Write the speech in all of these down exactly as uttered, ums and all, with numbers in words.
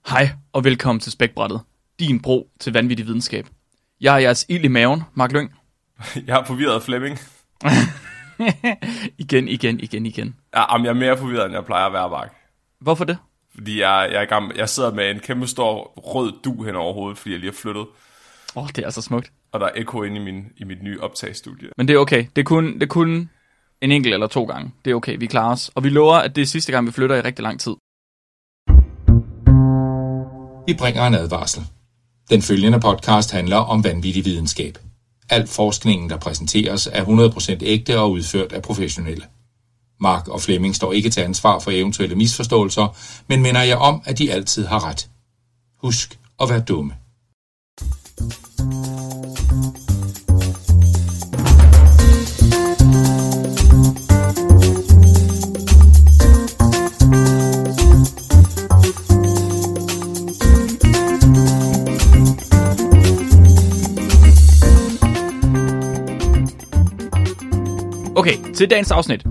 Hej og velkommen til Spækbrættet, din bro til vanvittig videnskab. Jeg er jeres ild i maven, Mark Lyng. Jeg er forvirret Flemming. igen, igen, igen, igen. Ja, jeg er mere forvirret, end jeg plejer at være, Mark. Hvorfor det? Fordi jeg, jeg, er i gang, jeg sidder med en kæmpe stor rød du hen over hovedet, fordi jeg lige har flyttet. Åh, oh, det er så smukt. Og der er ekko inde i, min, i mit nye optagestudie. Men det er okay. Det er, kun, det er kun en enkelt eller to gange. Det er okay, vi klarer os. Og vi lover, at det er sidste gang, vi flytter i rigtig lang tid. Vi bringer en advarsel. Den følgende podcast handler om vanvittig videnskab. Al forskningen, der præsenteres, er hundrede procent ægte og udført af professionelle. Mark og Flemming står ikke til ansvar for eventuelle misforståelser, men minder jer om, at de altid har ret. Husk at være dumme. Okay, til dagens afsnit.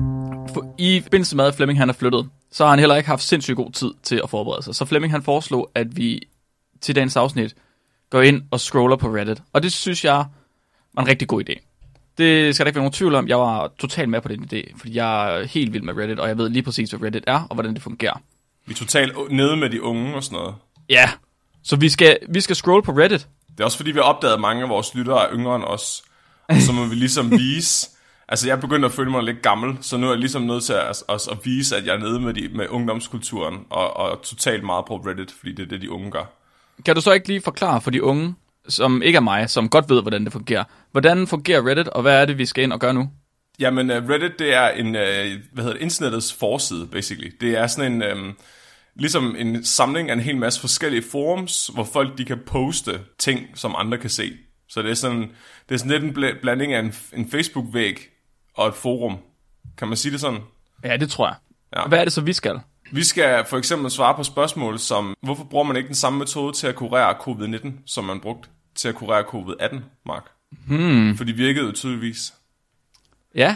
I forbindelse med, at Flemming han er flyttet, så har han heller ikke haft sindssygt god tid til at forberede sig. Så Flemming han foreslog, at vi til dagens afsnit går ind og scroller på Reddit. Og det synes jeg var en rigtig god idé. Det skal der ikke være nogen tvivl om. Jeg var totalt med på den idé, fordi jeg er helt vild med Reddit, og jeg ved lige præcis, hvad Reddit er, og hvordan det fungerer. Vi er totalt nede med de unge og sådan noget. Ja, så vi skal, vi skal scrolle på Reddit. Det er også fordi, vi har opdaget, at mange af vores lyttere er yngre end os. Og så må vi ligesom vise... Altså, jeg er begyndt at føle mig lidt gammel, så nu er jeg ligesom nødt til at, at, at vise, at jeg er nede med, de, med ungdomskulturen, og, og totalt meget på Reddit, fordi det er det, de unge gør. Kan du så ikke lige forklare for de unge, som ikke er mig, som godt ved, hvordan det fungerer, hvordan fungerer Reddit, og hvad er det, vi skal ind og gøre nu? Jamen, uh, Reddit, det er en, uh, hvad hedder det, internettets forside, basically. Det er sådan en, um, ligesom en samling af en hel masse forskellige forums, hvor folk, de kan poste ting, som andre kan se. Så det er sådan, det er sådan lidt en blanding af en, en Facebook-væg, og et forum. Kan man sige det sådan? Ja, det tror jeg. Ja. Hvad er det så, vi skal? Vi skal for eksempel svare på spørgsmål som, hvorfor bruger man ikke den samme metode til at kurere covid nitten, som man brugte til at kurere covid atten, Mark? Hmm. For de virkede jo tydeligvis. Ja.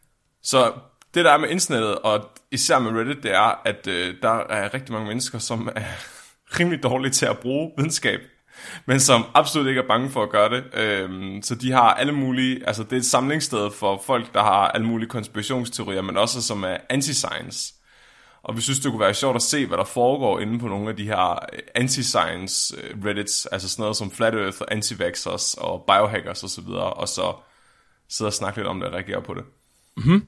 Så det der er med internettet, og især med Reddit, det er, at øh, der er rigtig mange mennesker, som er rimelig dårlige til at bruge videnskab, men som absolut ikke er bange for at gøre det. Øhm, så de har alle mulige, altså det er et samlingssted for folk, der har alle mulige konspirationsteorier, men også som er anti-science. Og vi synes, det kunne være sjovt at se, hvad der foregår inde på nogle af de her anti-science reddits, altså sådan noget som Flat Earth og anti-vaxxers og biohackers og så videre, og så sidde og snakke lidt om det og reagere på det. Mm-hmm.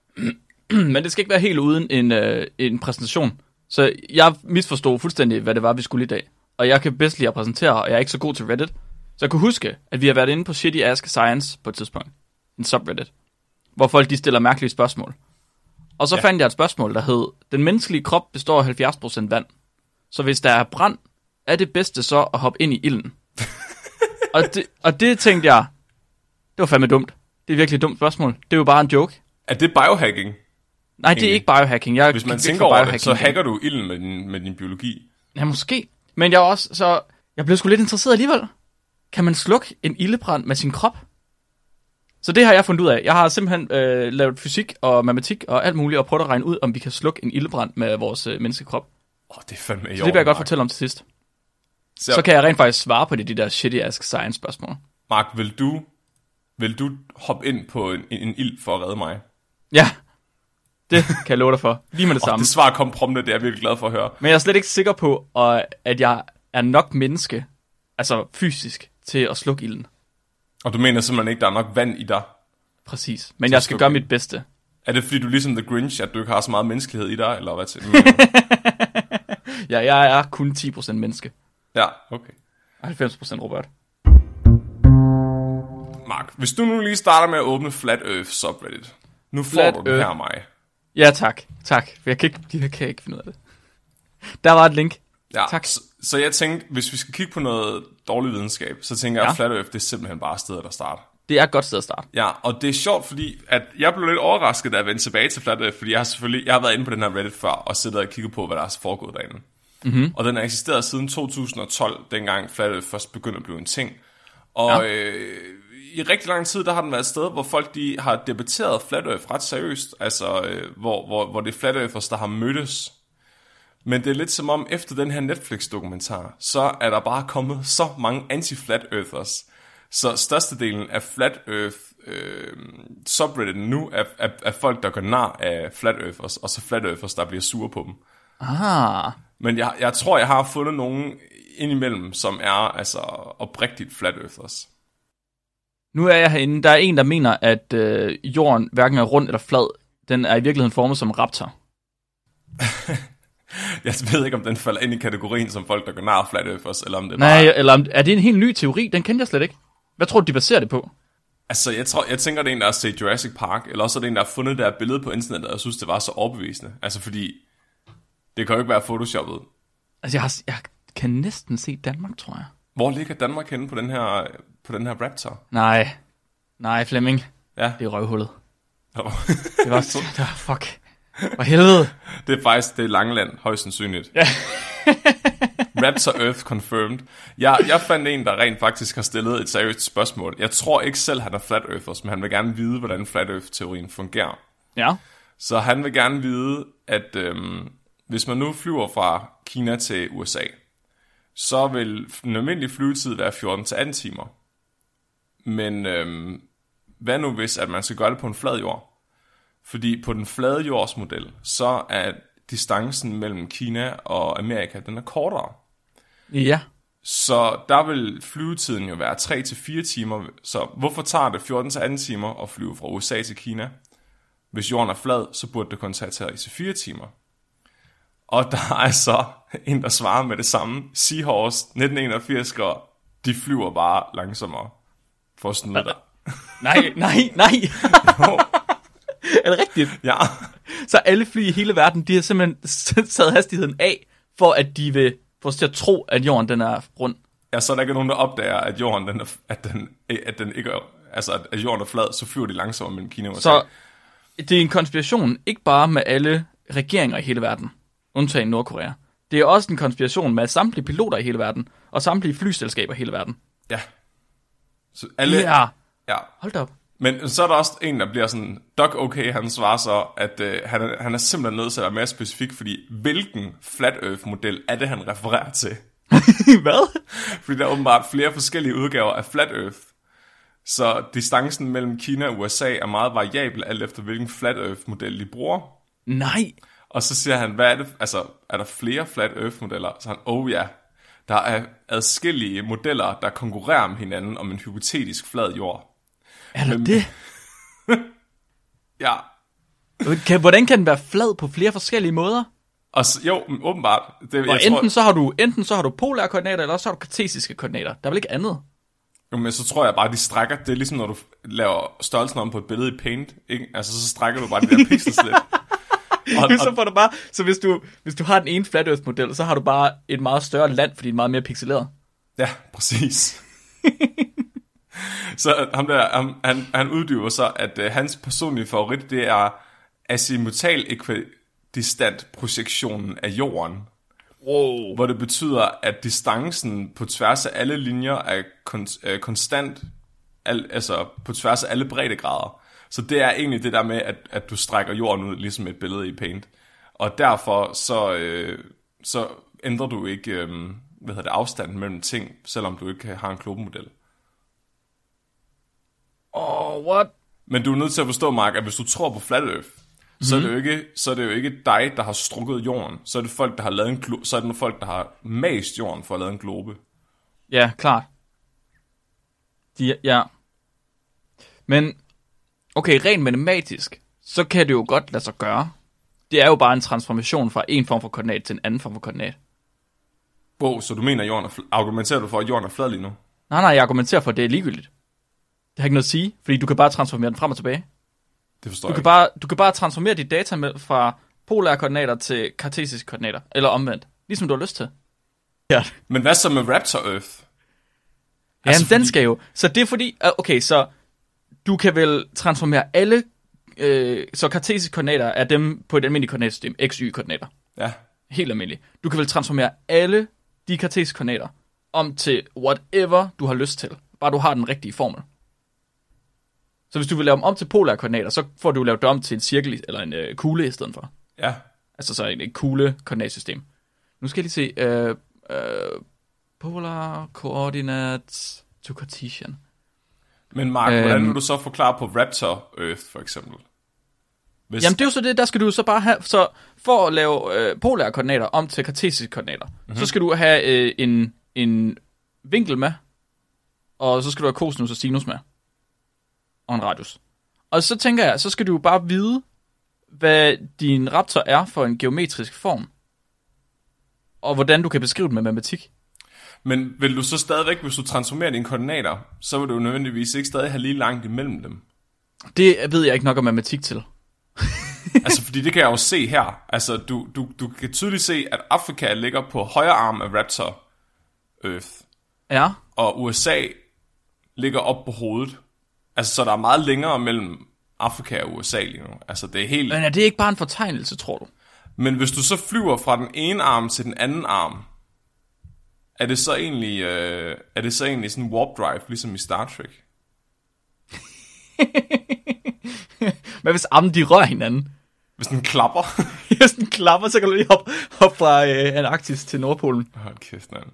Men det skal ikke være helt uden en, øh, en præsentation. Så jeg misforstod fuldstændig, hvad det var, vi skulle i dag. Og jeg kan bedst lide at præsentere, og jeg er ikke så god til Reddit. Så jeg kunne huske, at vi har været inde på Shitty Ask Science på et tidspunkt. En subreddit. Hvor folk de stiller mærkelige spørgsmål. Og så ja. fandt jeg et spørgsmål, der hed, den menneskelige krop består af halvfjerds procent vand. Så hvis der er brand, er det bedste så at hoppe ind i ilden? og, det, og det tænkte jeg, det var fandme dumt. Det er virkelig et dumt spørgsmål. Det er jo bare en joke. Er det biohacking? Nej, det er ikke biohacking. Jeg hvis man tænker over det, så hacker du ilden med din, med din biologi. Ja, måske. Men jeg også, så jeg blev sgu lidt interesseret alligevel. Kan man slukke en ildebrand med sin krop? Så det har jeg fundet ud af. Jeg har simpelthen øh, lavet fysik og matematik og alt muligt, og prøvet at regne ud, om vi kan slukke en ildebrand med vores øh, menneskekrop. Åh, oh, det er fandme i Så det vil jeg godt fortælle om til sidst. Så, så kan jeg rent faktisk svare på det, de der shitty ask science spørgsmål. Mark, vil du, vil du hoppe ind på en, en ild for at redde mig? Ja, det kan jeg love dig for. Lige med det samme. Oh, det svar kom prompte, det er jeg virkelig glad for at høre. Men jeg er slet ikke sikker på, at jeg er nok menneske, altså fysisk, til at slukke ilden. Og du mener simpelthen ikke, der er nok vand i dig? Præcis, men jeg skal gøre mit bedste. Er det fordi, du er ligesom The Grinch, at du ikke har så meget menneskelighed i dig, eller hvad til? Ja, jeg er kun ti procent menneske. Ja, okay. halvfems procent Robert. Mark, hvis du nu lige starter med at åbne Flat Earth subreddit. Nu får Flat du den Earth. her mig. Ja, tak. Tak. For jeg kan, ikke, jeg kan ikke finde ud af det. Der var et link. Ja, tak. Så, så jeg tænkte, hvis vi skal kigge på noget dårlig videnskab, så tænker jeg, ja. at Flat Earth, det er simpelthen bare stedet at starte. Det er et godt sted at starte. Ja, og det er sjovt, fordi at jeg blev lidt overrasket, da jeg vendte tilbage til Flat Earth, fordi jeg har selvfølgelig jeg har været inde på den her Reddit før, og siddet og kigget på, hvad der er foregået derinde. Mm-hmm. Og den har eksisteret siden to tusind og tolv, dengang Flat Earth først begyndte at blive en ting. Og ja. øh, i rigtig lang tid, der har den været et sted, hvor folk de har debatteret Flat Earth ret seriøst, altså øh, hvor, hvor, hvor det er Flat Earthers, der har mødtes Men det er lidt som om, efter den her Netflix-dokumentar, så er der bare kommet så mange anti-flat earthers. Så størstedelen af flat earth øh, subredditen nu er, er, er folk, der går nar af flat earthers, og så flat earthers, der bliver sure på dem. Ah. Men jeg, jeg tror, jeg har fundet nogen indimellem, som er altså oprigtigt flat earthers. Nu er jeg herinde. Der er en, der mener, at øh, jorden hverken er rund eller flad. Den er i virkeligheden formet som en raptor. Jeg ved ikke, om den falder ind i kategorien som folk, der går nar af flat earthers, eller om det Nej, bare... eller er det en helt ny teori? Den kendte jeg slet ikke. Hvad tror du, de baserer det på? Altså, jeg, tror, jeg tænker, det er en, der har set Jurassic Park, eller også er det en, der har fundet det her billede på internettet, og jeg synes, det var så overbevisende. Altså, fordi det kan jo ikke være photoshoppet. Altså, jeg, har, jeg kan næsten se Danmark, tror jeg. Hvor ligger Danmark henne på den her, på den her Raptor? Nej. Nej, Flemming. Ja. Det er røvhullet. Det var, det var fuck. For helvede. Det er faktisk, det er Langeland, højst sandsynligt. Ja. Raptor Earth confirmed. Jeg, jeg fandt en, der rent faktisk har stillet et seriøst spørgsmål. Jeg tror ikke selv, han er flat earthers, men han vil gerne vide, hvordan flat earth-teorien fungerer. Ja. Så han vil gerne vide, at øhm, hvis man nu flyver fra Kina til U S A, så vil den almindelige flyvetid være fjorten til atten timer. Men øhm, hvad nu hvis, at man skal gøre det på en flad jord? Fordi på den flade jordsmodel, så er distancen mellem Kina og Amerika, den er kortere. Ja. Så der vil flyvetiden jo være tre til fire timer. Så hvorfor tager det fjorten til atten timer at flyve fra U S A til Kina? Hvis jorden er flad, så burde det kun tage til fire timer. Og der er så en, der svarer med det samme. Seahorse nitten enogfirs skriver, de flyver bare langsommere for at snyde dig. Nej, nej, nej. Er det rigtigt? Ja. Så alle fly i hele verden, de har simpelthen taget hastigheden af, for at de vil få os til at tro, at jorden den er rund. Ja, så er der ikke nogen, der opdager, at jorden, den er, at den, at den ikke er, altså at jorden er flad, så flyver de langsommere mellem Kina og U S A. Så det er en konspiration, ikke bare med alle regeringer i hele verden, undtagen Nordkorea. Det er også en konspiration med samtlige piloter i hele verden, og samtlige flyselskaber i hele verden. Ja. Så alle... Ja. Ja. Hold da op. Men så er der også en, der bliver sådan, Doc okay, han svarer så, at øh, han, er, han er simpelthen nødt til at være mere specifik, fordi hvilken flat earth-model er det, han refererer til? Hvad? Fordi der er åbenbart flere forskellige udgaver af flat earth. Så distancen mellem Kina og U S A er meget variabel, alt efter hvilken flat earth-model de bruger. Nej. Og så siger han, hvad er det? Altså, er der flere flat earth-modeller? Så han, oh ja, der er adskillige modeller, der konkurrerer med hinanden om en hypotetisk flad jord. Er der Men... det? Ja. Kan, hvordan kan den være flad på flere forskellige måder? Og så, jo, åbenbart. Det, og jeg enten, tror, så har du, enten så har du polære koordinater, eller så har du kartesiske koordinater. Der er vel ikke andet? Jo, men så tror jeg bare, de strækker. Det er ligesom, når du laver størrelsen om på et billede i Paint. Ikke? Altså, så strækker du bare de der pixels lidt. Og, og, så får du bare, så hvis du, hvis du har den ene flat earth model, så har du bare et meget større land, fordi det er meget mere pixeleret. Ja, præcis. Så ham der, han, han, han uddyber så, at uh, hans personlige favorit, det er azimutal ekvidistant projektionen af jorden. Wow. Hvor det betyder, at distancen på tværs af alle linjer er kon- øh, konstant, al, altså på tværs af alle breddegrader. Så det er egentlig det der med, at, at du strækker jorden ud, ligesom et billede i Paint. Og derfor så, øh, så ændrer du ikke øh, hvad hedder det, afstanden mellem ting, selvom du ikke har en klobemodel. Oh, what? Men du er nødt til at forstå, Mark, at hvis du tror på flat earth, mm-hmm. så, er det jo ikke, så er det jo ikke dig, der har strukket jorden. Så er det folk, der har lavet en glo- så er det nogle folk, der har mast jorden for at lave en globe. Ja, klart. De, ja. Men, okay, rent matematisk, så kan det jo godt lade sig gøre. Det er jo bare en transformation fra en form for koordinat til en anden form for koordinat. Wow, så du mener, at jorden er fl- argumenterer du for, at jorden er flad lige nu? Nej, nej, jeg argumenterer for, at det er ligegyldigt. Det har ikke noget at sige, fordi du kan bare transformere den frem og tilbage. Det forstår du jeg kan ikke. bare, du kan bare transformere dit data med, fra polære koordinater til kartesiske koordinater, eller omvendt, ligesom du har lyst til. Ja. Men hvad så med Raptor Earth? Ja, altså, den fordi... skal jo. Så det er fordi, okay, så du kan vel transformere alle, øh, så kartesiske koordinater er dem på et almindeligt koordinatsystem, x, y koordinater. Ja. Helt almindeligt. Du kan vel transformere alle de kartesiske koordinater om til whatever du har lyst til, bare du har den rigtige formel. Så hvis du vil lave dem om til polære koordinater, så får du lavet det om til en cirkel eller en øh, kugle i stedet for. Ja. Altså så en, en kugle koordinatsystem. Nu skal jeg lige se. Uh, uh, polar coordinates to Cartesian. Men Mark, øhm, hvordan vil du så forklare på Raptor Earth, for eksempel? Hvis... Jamen, det er jo så det, der skal du så bare have... Så for at lave øh, polære koordinater om til kartesiske koordinater, mm-hmm. så skal du have øh, en, en vinkel med, og så skal du have cosinus og sinus med, og en radius. Og så tænker jeg, så skal du bare vide, hvad din raptor er for en geometrisk form, og hvordan du kan beskrive det med matematik. Men vil du så stadigvæk, hvis du transformerer dine koordinater, så vil du nødvendigvis ikke stadig have lige langt imellem dem? Det ved jeg ikke nok om matematik til. Altså, fordi det kan jeg jo se her. Altså, du, du, du kan tydeligt se, at Afrika ligger på højre arm af Raptor Earth. Ja. Og U S A ligger op på hovedet. Altså, så der er meget længere mellem Afrika og U S A lige nu. Altså, det er helt... Men er det ikke bare en fortegnelse, tror du? Men hvis du så flyver fra den ene arm til den anden arm, er det så egentlig, øh, er det så egentlig sådan en warp drive, ligesom i Star Trek? Hvad hvis armen de rører hinanden? Hvis den klapper? Hvis den klapper, så kan du lige hoppe hop fra øh, Antarktis til Nordpolen. Hold kæft, mand.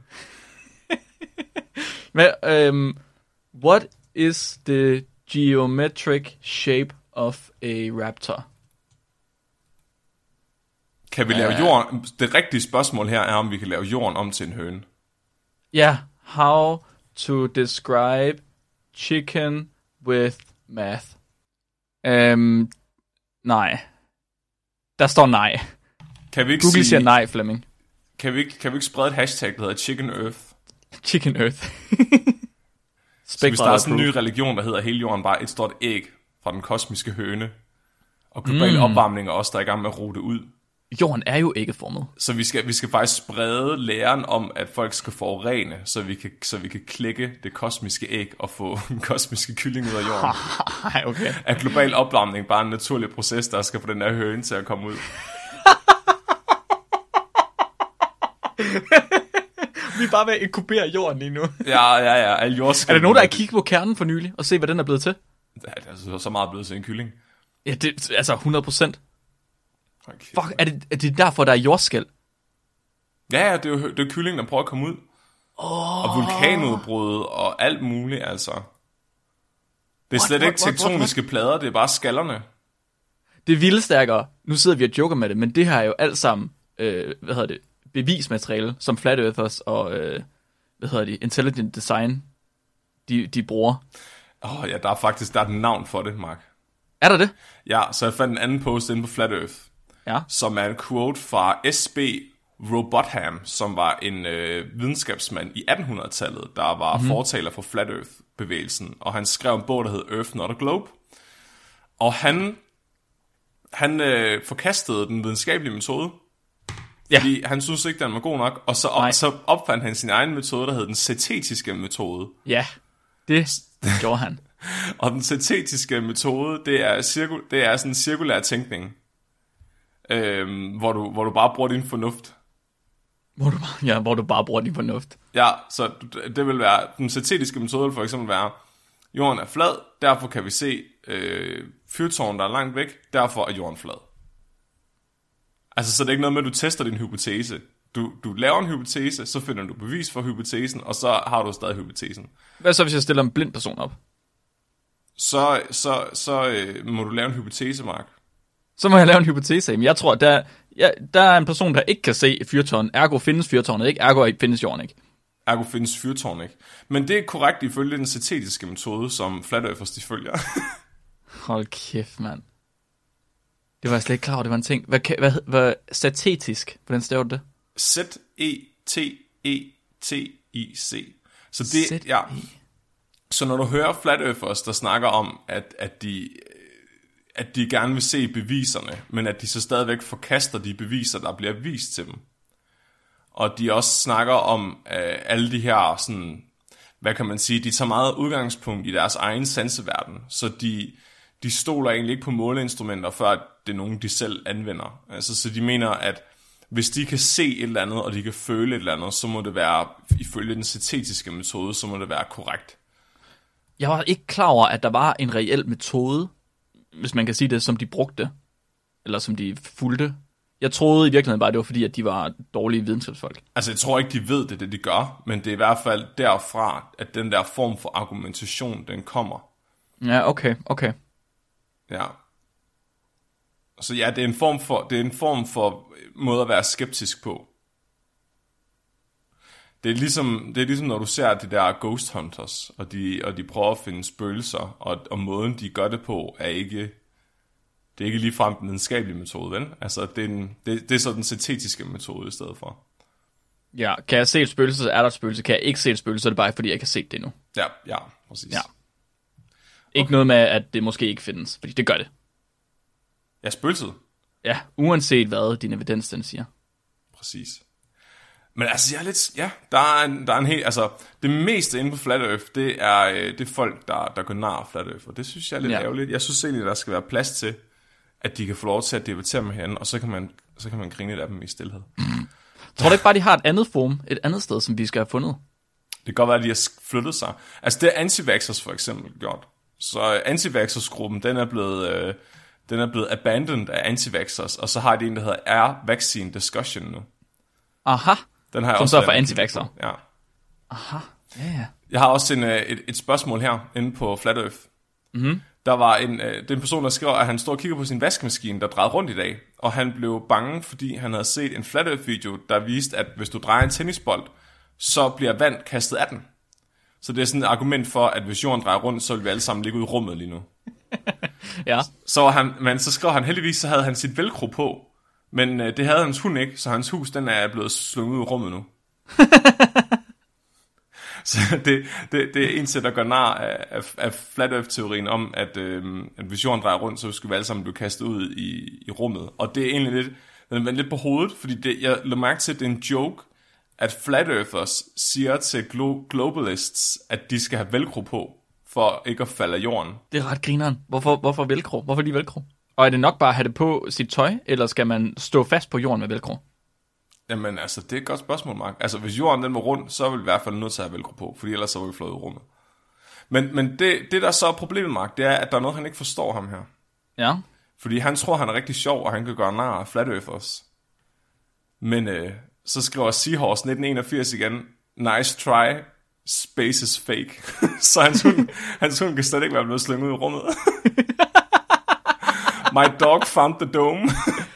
Men, um, what is the geometric shape of a raptor? Kan vi lave uh, jorden? Det rigtige spørgsmål her er, om vi kan lave jorden om til en høne. Ja, yeah, how to describe chicken with math. Um, nej. Der står nej. Kan vi ikke Google sige, siger nej, Flemming. Kan vi, ikke, kan vi ikke sprede et hashtag, der hedder Chicken Earth? Chicken Earth. Så hvis der er sådan en ny religion, der hedder hele jorden bare et stort æg fra den kosmiske høne, og global mm. opvarmning er også der er i gang med at rute ud. Jorden er jo æggeformet. Så vi skal, vi skal faktisk sprede læren om, at folk skal forurene, så vi kan, så vi kan klikke det kosmiske æg og få den kosmiske kylling ud af jorden. Okay. Er global opvarmning bare en naturlig proces, der skal få den her høne til at komme ud? Vi er bare ved at inkubere jorden lige nu. Ja, ja, ja. Al er der nogen, der har kigget på kernen for nylig, og se, hvad den er blevet til? Ja, det er altså så meget blevet til en kylling. Ja, det altså hundrede procent. Okay. Fuck, er det, er det derfor, der er jordskæl? Ja, ja, det er jo det er kyllingen, der prøver at komme ud. Oh. Og vulkanudbrud og alt muligt, altså. Det er slet what, ikke what, tektoniske what, what? plader, det er bare skallerne. Det er vildt stærkere. Nu sidder vi og joker med det, men det her er jo alt sammen, øh, hvad hedder det, bevismateriale, som Flat Earthers og, øh, hvad hedder det, Intelligent Design, de, de bruger. Åh oh, ja, der er faktisk, der er et navn for det, Mark. Er der det? Ja, så jeg fandt en anden post inde på Flat Earth, ja. Som er en quote fra S B Robotham, som var en øh, videnskabsmand i attenhundredetallet, der var mm-hmm. fortaler for Flat Earth-bevægelsen, og han skrev en bog, der hed Earth Not a Globe. Og han, han øh, forkastede den videnskabelige metode, ja. Fordi han synes ikke, den var god nok, og så, op, så opfandt han sin egen metode, der hed den setetiske metode. Ja, det gjorde han. Og den setetiske metode, det er, cirku, det er sådan en cirkulær tænkning, øhm, hvor, du, hvor du bare bruger din fornuft. Hvor du, ja, hvor du bare bruger din fornuft. Ja, så det vil være, den setetiske metode vil for eksempel være, jorden er flad, derfor kan vi se øh, fyrtårnen, der er langt væk, derfor er jorden flad. Altså, så det er ikke noget med, at du tester din hypotese. Du, du laver en hypotese, så finder du bevis for hypotesen, og så har du stadig hypotesen. Hvad så, hvis jeg stiller en blind person op? Så, så, så øh, må du lave en hypotese, Mark. Så må jeg lave en hypotese. Men jeg tror, der, ja, der er en person, der ikke kan se fyrtårnet. Ergo findes fyrtårnet ikke. Ergo findes jorden ikke. Ergo findes fyrtårnet ikke. Men det er korrekt ifølge den setetiske metode, som Flat Earthers de følger. Hold kæft, mand. Det var jeg slet ikke klar over, det var en ting. Hvad, hvad, hvad statetisk? Hvordan staver du det? Z E T E T I C. Så det, ja. Så når du hører Flat Earthers, der snakker om, at, at, de, at de gerne vil se beviserne, men at de så stadigvæk forkaster de beviser, der bliver vist til dem. Og de også snakker om øh, alle de her, sådan, hvad kan man sige, de tager meget udgangspunkt i deres egen sanseverden, så de, de stoler egentlig ikke på måleinstrumenter, før det er nogen, de selv anvender. Altså, så de mener, at hvis de kan se et eller andet, og de kan føle et eller andet, så må det være, ifølge den setetiske metode, så må det være korrekt. Jeg var ikke klar over, at der var en reel metode, hvis man kan sige det, som de brugte, eller som de fulgte. Jeg troede i virkeligheden bare, det var fordi, at de var dårlige videnskabsfolk. Altså, jeg tror ikke, de ved det, det de gør, men det er i hvert fald derfra, at den der form for argumentation, den kommer. Ja, okay, okay. Ja. Så ja, det er en form for, det er en form for måde at være skeptisk på. Det er ligesom, det er ligesom når du ser de der ghost hunters, og de, og de prøver at finde spøgelser, og, og måden de gør det på, er ikke, det er ikke ligefrem den videnskabelige metode, vel? Altså, det er, en, det, det er så den syntetiske metode i stedet for. Ja, kan jeg se et spøgelse, så er der et spøgelse. Kan jeg ikke se et spøgelse, så er det bare fordi, jeg kan se det endnu. Ja, ja, præcis. Ja. Ikke okay. Noget med, at det måske ikke findes, fordi det gør det. Ja, spøgelset. Ja, uanset hvad din evidens den siger. Præcis. Men altså, jeg er lidt, ja, der er en, der er en helt, altså, det meste inde på Flat Earth, det er, det er folk, der, der går nar af Flat Earth, og det synes jeg er lidt ja. ærgerligt. Jeg synes egentlig, der skal være plads til, at de kan få lov til at debattere med hinanden, og så kan man, så kan man grine lidt af dem i stilhed. Mm. Tror du ikke bare, de har et andet forum, et andet sted, som vi skal have fundet? Det kan godt være, at de har flyttet sig. Altså, det er anti-vaxxers for eksempel gjort. Så anti-vaxxers-gruppen, den er blevet, øh, den er blevet abandoned af anti-vaxxers, og så har de en, der hedder Air Vaccine Discussion nu. Aha. Den har jeg som også så for anti-vaxxere. Ja. Aha. Ja, ja. Jeg har også en, et, et spørgsmål her inde på Flat Earth. Mhm. Der var en, øh, den person, der skrev, at han stod og kiggede på sin vaskemaskine, der drejede rundt i dag. Og han blev bange, fordi han havde set en Flat Earth-video, der viste, at hvis du drejer en tennisbold, så bliver vand kastet af den. Så det er sådan et argument for, at hvis jorden drejer rundt, så vil vi alle sammen ligge ude i rummet lige nu. Ja. Så var han, men så skrev han, heldigvis, så havde han sit velcro på. Men øh, det havde hans hund ikke, så hans hus, den er blevet slået ud i rummet nu. Så det, det, det er en til, der går nar af, af, af Flat Earth-teorien om, at, øh, at hvis jorden drejer rundt, så skal vi alle sammen blive kastet ud i, i rummet. Og det er egentlig lidt, den er lidt på hovedet, fordi det, jeg lader mærke til, at det er en joke, at Flat Earthers siger til glo- globalists, at de skal have velcro på, for ikke at falde af jorden. Det er ret grineren. Hvorfor, hvorfor velcro? Hvorfor lige velcro? Og er det nok bare at have det på sit tøj, eller skal man stå fast på jorden med velcro? Jamen altså, det er et godt spørgsmål, Mark. Altså, hvis jorden den var rund, så vil vi i hvert fald nødt til at have velcro på, fordi ellers så var vi flået i rummet. Men, men det, det, der så er problemet, Mark, det er, at der er noget, han ikke forstår ham her. Ja. Fordi han tror, han er rigtig sjov, og han kan gøre nar af Flat Earthers. Men øh, så skriver Seahorse nitten enogfirs igen, nice try, space is fake. Så hans hund, hans hund kan slet ikke være blevet slynget ud i rummet. My dog found the dome.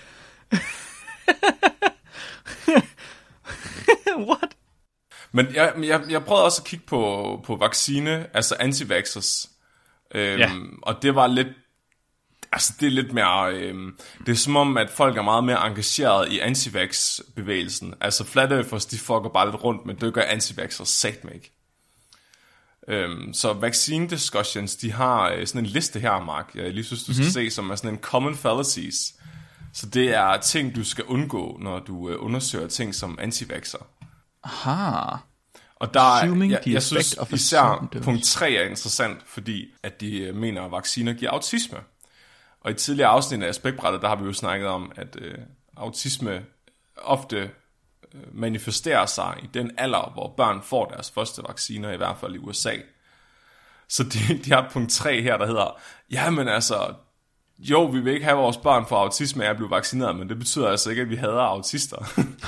What? Men jeg, jeg, jeg prøvede også at kigge på, på vaccine, altså anti-vaxxers. Øhm, ja. Og det var lidt, altså det er lidt mere, øhm, det er som om, at folk er meget mere engageret i anti-vax-bevægelsen. Altså Flat Earthers, de fucker bare lidt rundt, men det gør anti-vaxxers satme ikke. Øhm, så vaccine discussions, de har øh, sådan en liste her, Mark, jeg lige synes, du skal mm-hmm. se, som er sådan en common fallacies. Så det er ting, du skal undgå, når du øh, undersøger ting som anti-vaxxer. Aha. Og der er, jeg, jeg synes især punkt tre er interessant, fordi at de øh, mener, at vacciner giver autisme. Og i tidligere afsnit af Aspektbrættet, der har vi jo snakket om, at øh, autisme ofte øh, manifesterer sig i den alder, hvor børn får deres første vacciner, i hvert fald i U S A. Så de, de har punkt tre her, der hedder, jamen altså, jo, vi vil ikke have vores børn for autisme af at blive vaccineret, men det betyder altså ikke, at vi hader autister.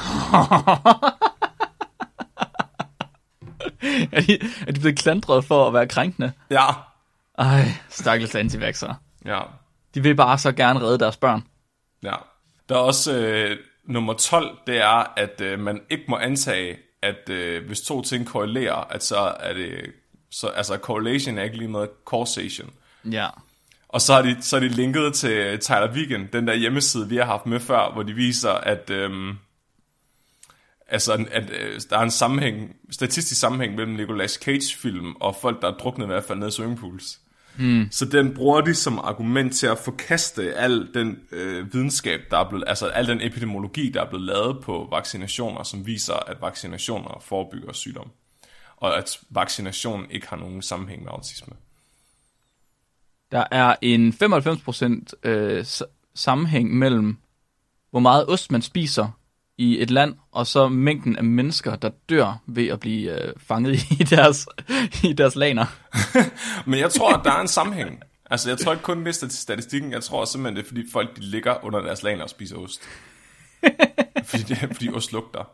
er, de, er de blevet klandret for at være krænkende? Ja. Ej, stakkels anti-vaxxere. Ja. De vil bare så gerne redde deres børn. Ja. Der er også øh, nummer tolv, det er, at øh, man ikke må antage, at øh, hvis to ting korrelerer, at så er det, så, altså correlation er ikke lige med causation. Ja. Og så har de, så er de linket til Tyler Vigen, den der hjemmeside, vi har haft med før, hvor de viser, at, øhm, altså, at øh, der er en sammenhæng, statistisk sammenhæng mellem Nicolas Cage-film og folk, der er druknet i hvert fald ned i swimmingpools. Hmm. Så den bruger de som argument til at forkaste al den øh, videnskab, der er blevet, altså al den epidemiologi, der er blevet lavet på vaccinationer, som viser, at vaccinationer forebygger sygdom. Og at vaccination ikke har nogen sammenhæng med autisme. Der er en femoghalvfems procent øh, sammenhæng mellem, hvor meget ost man spiser i et land, og så mængden af mennesker, der dør ved at blive øh, fanget i deres, i deres laner. Men jeg tror, at der er en sammenhæng. Altså, jeg tror ikke kun, det er statistikken. Jeg tror simpelthen, det er, fordi folk de ligger under deres laner og spiser ost. fordi, det, fordi ost lugter.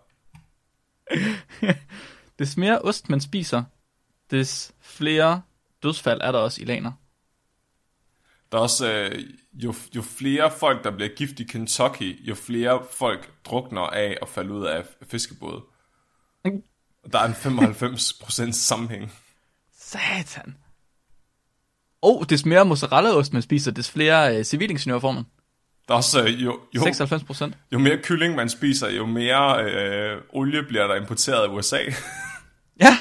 Des mere ost man spiser, des flere dødsfald er der også i laner. Der er også, øh, jo, jo flere folk, der bliver gift i Kentucky, jo flere folk drukner af og falder ud af fiskebåde. Der er en femoghalvfems procent sammenhæng. Satan. Og oh, des mere mozzarellaost man spiser, des flere øh, civilingeniører får man. Der er også, øh, jo, jo, seksoghalvfems procent. Jo mere kylling man spiser, jo mere øh, olie bliver der importeret i U S A. Ja.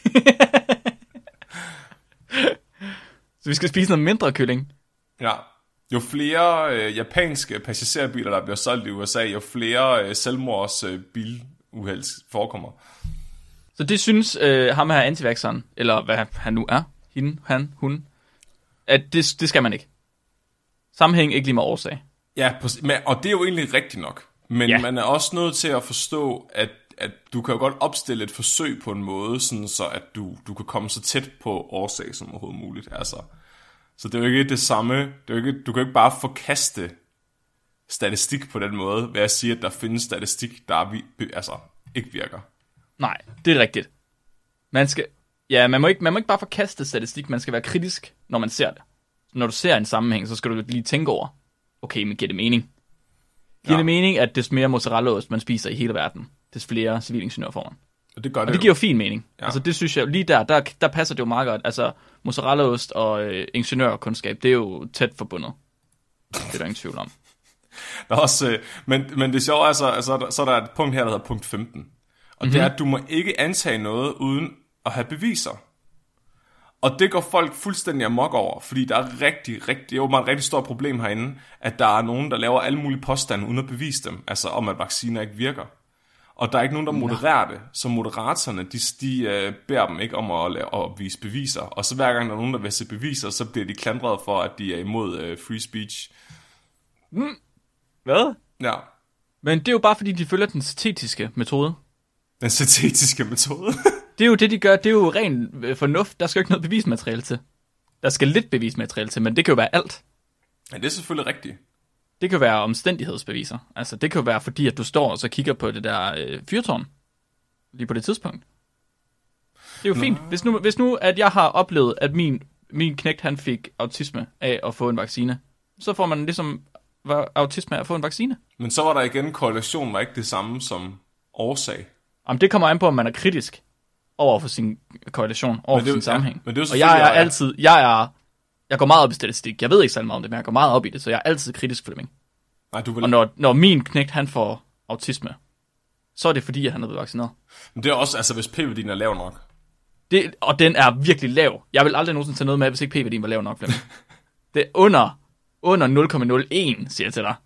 Så vi skal spise noget mindre kylling. Ja. Jo flere øh, japanske passagerbiler, der bliver solgt i U S A, jo flere øh, selvmords øh, biluheld forekommer. Så det synes øh, ham her antivaxeren, eller hvad han nu er, hende, han, hun, at det, det skal man ikke. Sammenhæng ikke lige med årsag. Ja, og det er jo egentlig rigtigt nok. Men ja. Man er også nødt til at forstå, at, at du kan jo godt opstille et forsøg på en måde, sådan så at du, du kan komme så tæt på årsag som overhovedet muligt. Altså. Så det er jo ikke det samme. Det er jo ikke, du kan jo ikke bare forkaste statistik på den måde, ved at sige, at der findes statistik, der altså, ikke virker. Nej, det er rigtigt. Man skal, ja, man må, ikke, man må ikke bare forkaste statistik, man skal være kritisk, når man ser det. Når du ser en sammenhæng, så skal du lige tænke over, okay, men giver det mening? Giver ja. det mening, at des mere mozzarellaost man spiser i hele verden, des flere civilingeniører får man? Og det gør det Og det jo. giver jo fin mening. Ja. Altså det synes jeg, lige der, der, der passer det jo meget godt. Altså mozzarellaost og øh, ingeniørkundskab, det er jo tæt forbundet. Det er der ingen tvivl om. Der er også, øh, men, men det sjove er, så, altså, så er der et punkt her, der hedder punkt femten. Og mm-hmm. det er, at du må ikke antage noget uden at have beviser. Og det går folk fuldstændig amok over, fordi der er rigtig, rigtig, det er jo et rigtig stort problem herinde, at der er nogen, der laver alle mulige påstande uden at bevise dem, altså om at vacciner ikke virker. Og der er ikke nogen, der modererer det, så moderatorerne, de, de uh, beder dem ikke om at, at vise beviser. Og så hver gang der er nogen, der vil se beviser, så bliver de klandret for, at de er imod uh, free speech. Mm. Hvad? Ja. Men det er jo bare, fordi de følger den syntetiske metode. Den syntetiske metode? Det er jo det, de gør. Det er jo ren fornuft. Der skal jo ikke noget bevismateriale til. Der skal lidt bevismateriale til, men det kan jo være alt. Ja, det er selvfølgelig rigtigt. Det kan være omstændighedsbeviser. Altså, det kan jo være fordi, at du står og så kigger på det der øh, fyrtårn. Lige på det tidspunkt. Det er jo Nå. fint. Hvis nu, hvis nu, at jeg har oplevet, at min, min knægt, han fik autisme af at få en vaccine, så får man ligesom autisme af at få en vaccine. Men så var der igen, korrelation var ikke det samme som årsag. Jamen, det kommer an på, om man er kritisk over for sin korrelation, over for sin sammenhæng. Ja, men det er og jeg er altid, jeg er, jeg går meget op i statistik. Jeg ved ikke så meget om det, men jeg går meget op i det, så jeg er altid kritisk, Flemming. Nej, du vil... Og når, når min knægt, han får autisme, så er det fordi, at han er blevet vaccineret. Men det er også, altså hvis p-værdien er lav nok. Det, og den er virkelig lav. Jeg vil aldrig nogensinde tage noget med, hvis ikke p-værdien var lav nok, Flemming. Det er under, under nul komma nul en, siger jeg til dig.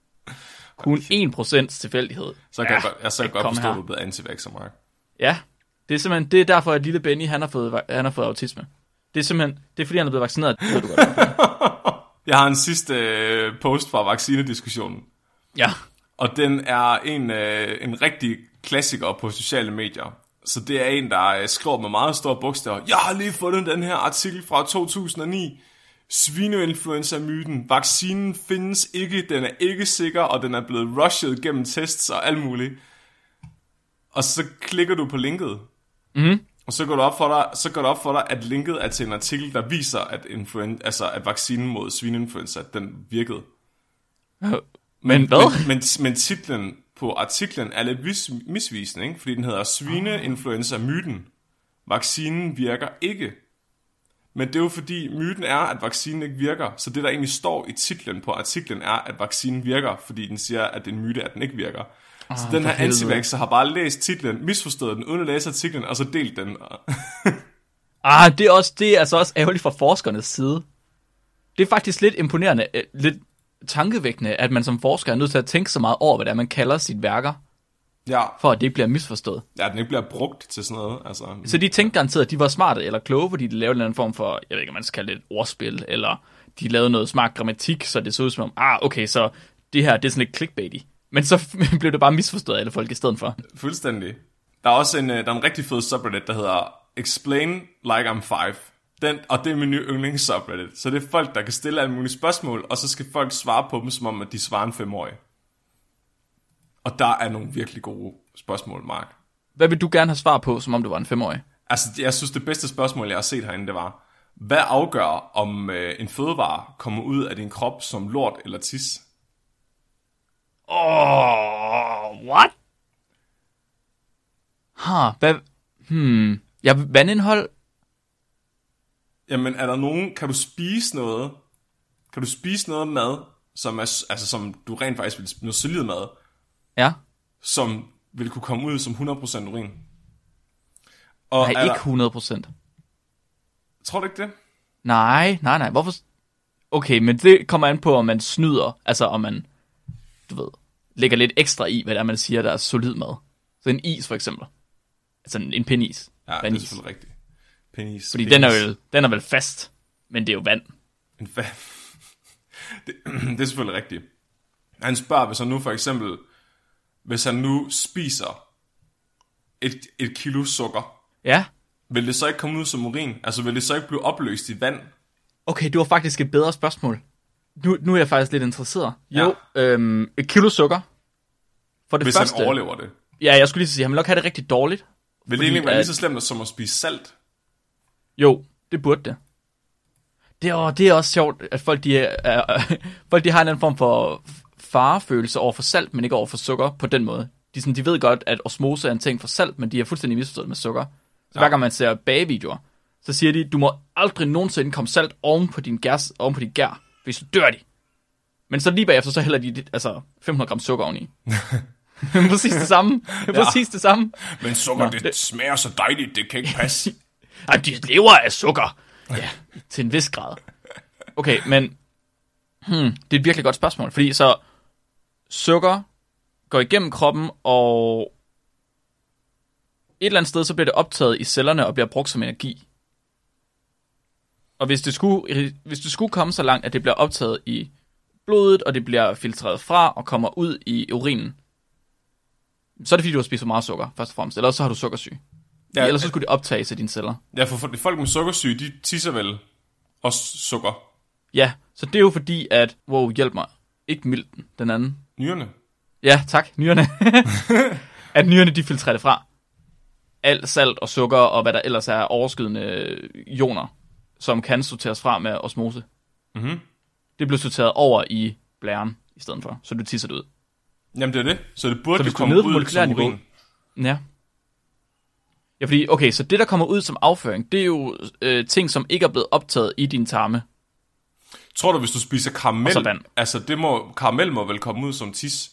Kun en procent tilfældighed. Så kan ja, jeg godt, jeg så godt forstå, at du er blevet anti-vaxxer, Mark. Ja, det er simpelthen, det er derfor, at lille Benny, han har fået, han har fået autisme. Det er simpelthen, det er fordi, han er blevet vaccineret. Det ved du godt. Jeg har en sidste øh, post fra vaccinediskussionen. Ja. Og den er en, øh, en rigtig klassiker på sociale medier. Så det er en, der øh, skriver med meget store bogstaver. Jeg har lige fundet den her artikel fra to tusind og ni. Svineinfluenza-myten. Vaccinen findes ikke, den er ikke sikker, og den er blevet rushet gennem tests og alt muligt. Og så klikker du på linket. Mhm. Og så går det op for dig, så går det op for dig, at linket er til en artikel, der viser, at influen- altså at vaccinen mod svineinfluenza, den virkede. Men, men hvad? Men, men, men titlen på artiklen er lidt vis- misvisende, ikke? Fordi den hedder Svineinfluenza-myten. Vaccinen virker ikke. Men det er jo fordi, myten er, at vaccinen ikke virker. Så det, der egentlig står i titlen på artiklen, er, at vaccinen virker, fordi den siger, at det er en myte, at den ikke virker. Ah, så den her anti-vaxxer har bare læst titlen, misforstået den, uden at læse artiklen, og så delt den. ah, det er, også, det er altså også ærgerligt fra forskernes side. Det er faktisk lidt imponerende, lidt tankevækkende, at man som forsker er nødt til at tænke så meget over, hvad det er, man kalder sit værker. Ja. For at det ikke bliver misforstået. Ja, den ikke bliver brugt til sådan noget. Altså. Så de tænkte garanteret, at de var smarte eller kloge, fordi de lavede en eller anden form for, jeg ved ikke, om man skal kalde det et ordspil, eller de lavede noget smart grammatik, så det så ud som om, ah, okay, så det her, det er sådan lidt clickbaity. Men så blev det bare misforstået af alle folk i stedet for. Fuldstændig. Der er også en, der er en rigtig fed subreddit, der hedder Explain Like I'm Five. Den, og det er min nye yndlings subreddit. Så det er folk, der kan stille alle mulige spørgsmål, og så skal folk svare på dem, som om at de svarer en femårig. Og der er nogle virkelig gode spørgsmål, Mark. Hvad vil du gerne have svar på, som om du var en femårig? Altså, jeg synes, det bedste spørgsmål, jeg har set herinde, det var, hvad afgør, om øh, en fødevare kommer ud af din krop som lort eller tis? Åh, what? Ha, hvad? Hmm, ja, vandindhold? Jamen, er der nogen, kan du spise noget, kan du spise noget mad, som er, altså som du rent faktisk vil spise, noget solid mad, Ja. som vil kunne komme ud som hundrede procent urin? Og Nej, er ikke der, hundrede procent. tror du ikke det? Nej, nej, nej, hvorfor? Okay, men det kommer an på, om man snyder, altså om man, du ved, lægger lidt ekstra i, hvad der man siger, der er solid mad. Så en is for eksempel. Altså en, en pindis. Ja, det er Vandis. selvfølgelig rigtigt. Penis. Fordi penis. den er, vel, den er vel fast, men det er jo vand. En fa- det, det er selvfølgelig rigtigt. Han spørger, hvis han nu for eksempel, hvis han nu spiser et, et kilo sukker, Ja. vil det så ikke komme ud som urin? Altså vil det så ikke blive opløst i vand? Okay, du har faktisk et bedre spørgsmål. Nu, nu er jeg faktisk lidt interesseret. Ja. Jo, øhm, et kilo sukker. For det Hvis første. han overlever det. Ja, jeg skulle lige sige, han vil nok have det rigtig dårligt. Vil det Fordi egentlig være at- lige så slemt som at spise salt? Jo, det burde det. Det er, det er også sjovt, at folk, de, er, er, folk de har en anden form for farefølelse over for salt, men ikke over for sukker på den måde. De, sådan, de ved godt, at osmose er en ting for salt, men de er fuldstændig misforstået med sukker. Så ja. Hver gang man ser bagevideoer, så siger de, du må aldrig nogensinde komme salt oven på din, gærs, oven på din gær, hvis så dør de. Men så lige bagefter, så hælder de altså fem hundrede gram sukker oveni. Præcis det samme. Det er præcis det samme. Men sukker, Nå, det, det- smager så dejligt, det kan ikke passe. Ej, de lever af sukker. Ja, til en vis grad. Okay, men hmm, det er et virkelig godt spørgsmål, fordi så sukker går igennem kroppen, og et eller andet sted, så bliver det optaget i cellerne og bliver brugt som energi. Og hvis det skulle, hvis det skulle komme så langt, at det bliver optaget i blodet, og det bliver filtreret fra og kommer ud i urinen, så er det fordi, du har spist for meget sukker, først og fremmest. Eller så har du sukkersyge. Ja, Ja, ellers så skulle det optages af dine celler. Ja, for folk med sukkersyge, de tisser vel også sukker. Ja, så det er jo fordi, at... Wow, hjælp mig. Ikke milten, den anden. Nyrerne. Ja, tak, nyrerne. At nyrerne, de filtrerer det fra. Alt salt og sukker, og hvad der ellers er overskydende ioner, som kan sorteres fra med osmose. Mhm. Det bliver sorteret over i blæren i stedet for, så du tisser det ud. Jamen det er det. Så det burde Så jo hvis du er komme nede på ud molekylær som niveau- urin. Ja. Ja, fordi, okay, så det, der kommer ud som afføring, det er jo øh, ting, som ikke er blevet optaget i dine tarme. Tror du, hvis du spiser Og så karamel, vand. altså det må, karamel må vel komme ud som tis?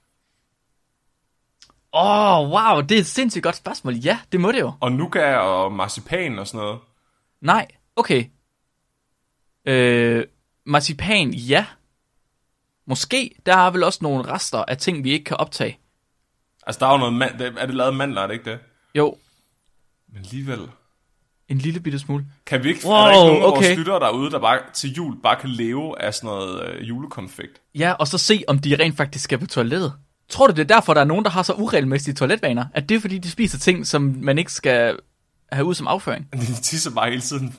Åh, oh, wow, det er et sindssygt godt spørgsmål. Ja, det må det jo. Og nougat og marcipan og sådan noget. Nej, okay. Øh, marcipan, ja. Måske, der er vel også nogle rester af ting, vi ikke kan optage. Altså der er jo noget mand, det- er det lavet af mandler, er det ikke det? Jo, Men alligevel. en lille bitte smule. Kan vi ikke, Wow, er der ikke nogen af okay. vores lyttere derude, der bare til jul bare kan leve af sådan noget øh, julekonfekt? Ja, og så se, om de rent faktisk skal på toilettet. Tror du, det er derfor, der er nogen, der har så uregelmæssige toiletvaner? At det er, fordi de spiser ting, som man ikke skal have ud som afføring? De tisser bare hele tiden.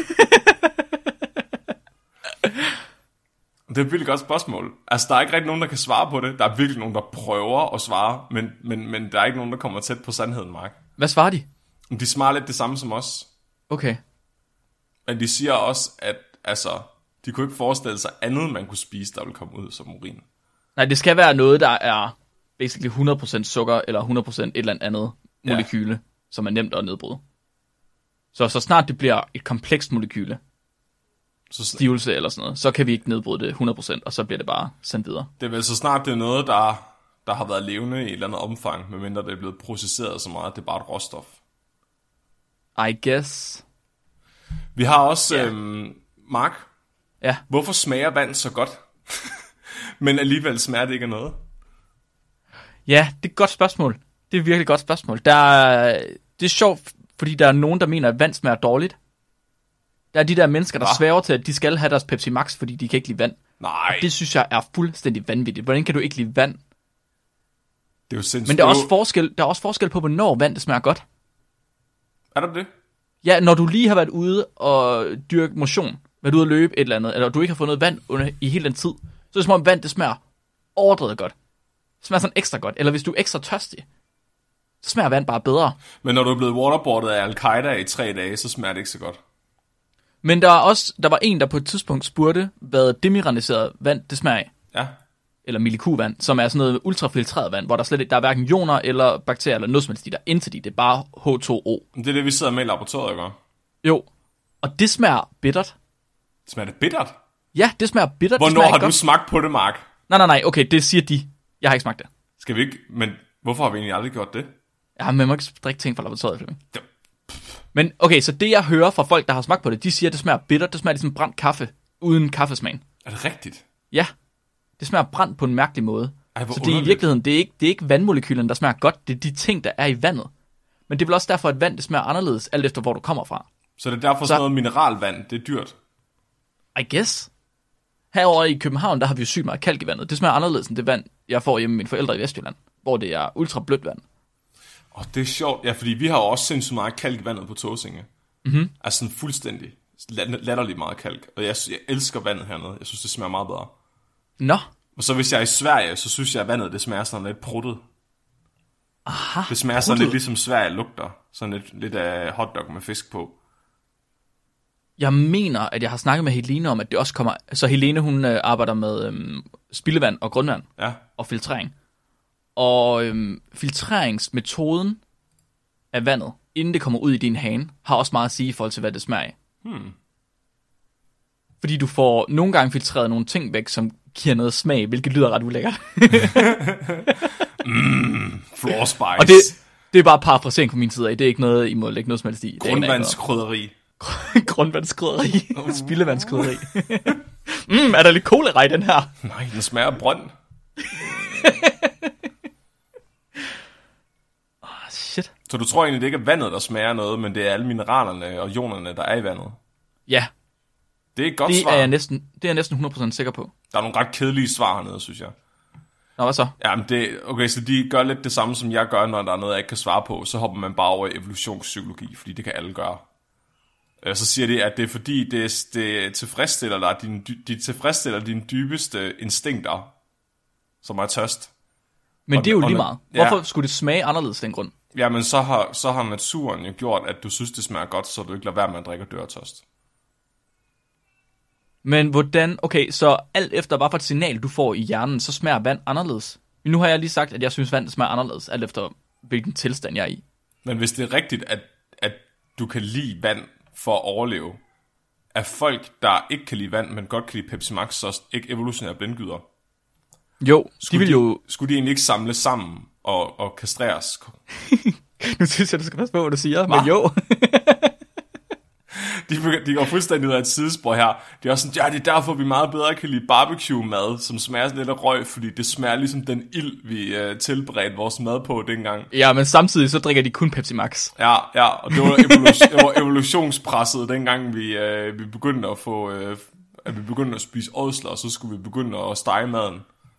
Det er et virkelig godt spørgsmål. Altså, der er ikke rigtig nogen, der kan svare på det. Der er virkelig nogen, der prøver at svare, men, men, men der er ikke nogen, der kommer tæt på sandheden, Mark. Hvad svarer de? De svarer lidt det samme som os. Okay. Men de siger også, at altså, de kunne ikke forestille sig andet, man kunne spise, der ville komme ud som urin. Nej, det skal være noget, der er basically hundrede procent sukker, eller hundrede procent et eller andet molekyle, ja. Som er nemt at nedbryde. Så så snart det bliver et komplekst molekyle, Så sn- stivelse eller sådan noget, så kan vi ikke nedbryde det hundrede procent, og så bliver det bare sendt videre. det er vel så snart det er noget, der, der har været levende i et eller andet omfang, medmindre det er blevet processeret så meget, at det er bare et råstof. I guess. Vi har også, Ja. øhm, Mark, Ja, hvorfor smager vand så godt, men alligevel smager det ikke af noget? ja, det er et godt spørgsmål. Det er et virkelig et godt spørgsmål. Der er, det er sjovt, fordi der er nogen, der mener, at vand smager dårligt. Der er de der mennesker, der Hva? sværger til, at de skal have deres Pepsi Max, fordi de kan ikke lide vand. Nej, Det synes jeg er fuldstændig vanvittigt. Hvordan kan du ikke lide vand? det er jo sindssygt. Men der er Det også forskel, der er også forskel på, hvornår vand det smager godt. Er der det? Ja, når du lige har været ude og dyrke motion, været ude at løbe et eller andet, eller du ikke har fået noget vand under, i hele den tid, så er det som om vand, det smager overdrevet godt. Det smager sådan ekstra godt. Eller hvis du er ekstra tørstig, så smager vand bare bedre. Men når du er blevet waterboardet af Al-Qaida i tre dage, så smager det ikke så godt. Men der er også, der var en, der på et tidspunkt spurgte, hvad demineraliseret vand, det smager af. Ja. Eller milikuvand, som er sådan noget ultrafiltreret vand, hvor der slet ikke, der er hverken ioner eller bakterier eller noget som helst i der. Indtil de, det er bare H to O. Det er det, vi sidder med i laboratoriet, ikke? Jo, og det smager bittert. Smager det bittert? Ja, det smager bittert. Hvornår det har godt. du smagt på det, Mark? Nej, nej, nej, okay, det siger de. Jeg har ikke smagt det. Skal vi ikke? Men hvorfor har vi egentlig aldrig gjort det? Ja, men man må ikke drikke ting fra laboratoriet, Flemming. Men okay, så det jeg hører fra folk, der har smagt på det, de siger, at det smager bittert. Det smager ligesom brændt kaffe, uden kaffesmagen. Er det rigtigt? Ja, det smager brændt på en mærkelig måde. Ej, så det er i virkeligheden, det er, ikke, det er ikke vandmolekylerne, der smager godt, det er de ting, der er i vandet. Men det er vel også derfor, at vand det smager anderledes, alt efter hvor du kommer fra. Så det er derfor så, sådan noget mineralvand, det er dyrt? I guess. Herovre i København, der har vi jo sygt meget kalk i vandet. Det smager anderledes end det vand, jeg får hjemme med mine forældre i Vestjylland, hvor det er ultra blødt vand. Åh, oh, det er sjovt. Ja, fordi vi har jo også sindssygt meget kalk i vandet på Tåsinge. Mm-hmm. Altså sådan fuldstændig latterligt meget kalk. Og jeg, jeg elsker vandet hernede. Jeg synes, det smager meget bedre. Nå. Og så hvis jeg er i Sverige, så synes jeg, at vandet det smager sådan lidt pruttet. Aha, det smager pruttet. sådan lidt ligesom Sverige lugter. Sådan lidt, lidt af hotdog med fisk på. Jeg mener, at jeg har snakket med Helene om, at det også kommer... Så Helene, hun øh, arbejder med øhm, spildevand og grundvand. Ja. Og filtrering. Og øhm, filtreringsmetoden af vandet, inden det kommer ud i din hane, har også meget at sige i forhold til, hvad det smager af. Hmm. Fordi du får nogle gange filtreret nogle ting væk, som giver noget smag, hvilket lyder ret ulækkert. mm, floor spice. Og det, det er bare parafrasering fra min side af. Det er ikke noget, I må lægge noget som helst i. Grundvandskrydderi. Grundvandskrydderi. Spildevandskrydderi. mm, er der lidt kolera i den her? Nej, den smager brønd. oh, shit. Så du tror egentlig, det ikke er vandet, der smager noget, men det er alle mineralerne og ionerne, der er i vandet? Ja. Det er et godt det svar. Er jeg næsten, det er jeg næsten hundrede procent sikker på. Der er nogle ret kedelige svar hernede, synes jeg. Nå, hvad så? Jamen det, okay, så de gør lidt det samme, som jeg gør, når der er noget, jeg ikke kan svare på. Så hopper man bare over i evolutionspsykologi, fordi det kan alle gøre. Så siger de, at det er fordi, det, det tilfredsstiller dig, din, de tilfredsstiller dine dybeste instinkter, som er tørst. Men og, det er jo og, lige meget. Hvorfor ja. skulle det smage anderledes den grund? Jamen så har, så har naturen jo gjort, at du synes, det smager godt, så du ikke lader være med at drikke og dør tørst. Men hvordan, okay, så alt efter hvad for et signal du får i hjernen, så smager vand anderledes. Men nu har jeg lige sagt, at jeg synes vand smager anderledes, alt efter hvilken tilstand jeg er i. Men hvis det er rigtigt, at, at du kan lide vand for at overleve, er folk, der ikke kan lide vand, men godt kan lide Pepsi Max, så ikke evolutionære blindgyder? Jo, skulle de vil jo... Skulle de egentlig ikke samles sammen og, og kastreres? Nu synes jeg, du skal passe på, hvad du siger, Hva? Men jo... De, de går fuldstændig ud af et sidespor her. De er også sådan, ja, det er derfor, vi meget bedre kan lide barbecue-mad, som smager sådan lidt af røg, fordi det smager ligesom den ild, vi uh, tilberedte vores mad på dengang. Ja, men samtidig så drikker de kun Pepsi Max. Ja, ja, og det var, evolution, det var evolutionspresset, dengang vi, uh, vi begyndte at få, uh, at vi begyndte at spise ådsler, og så skulle vi begynde at stege maden.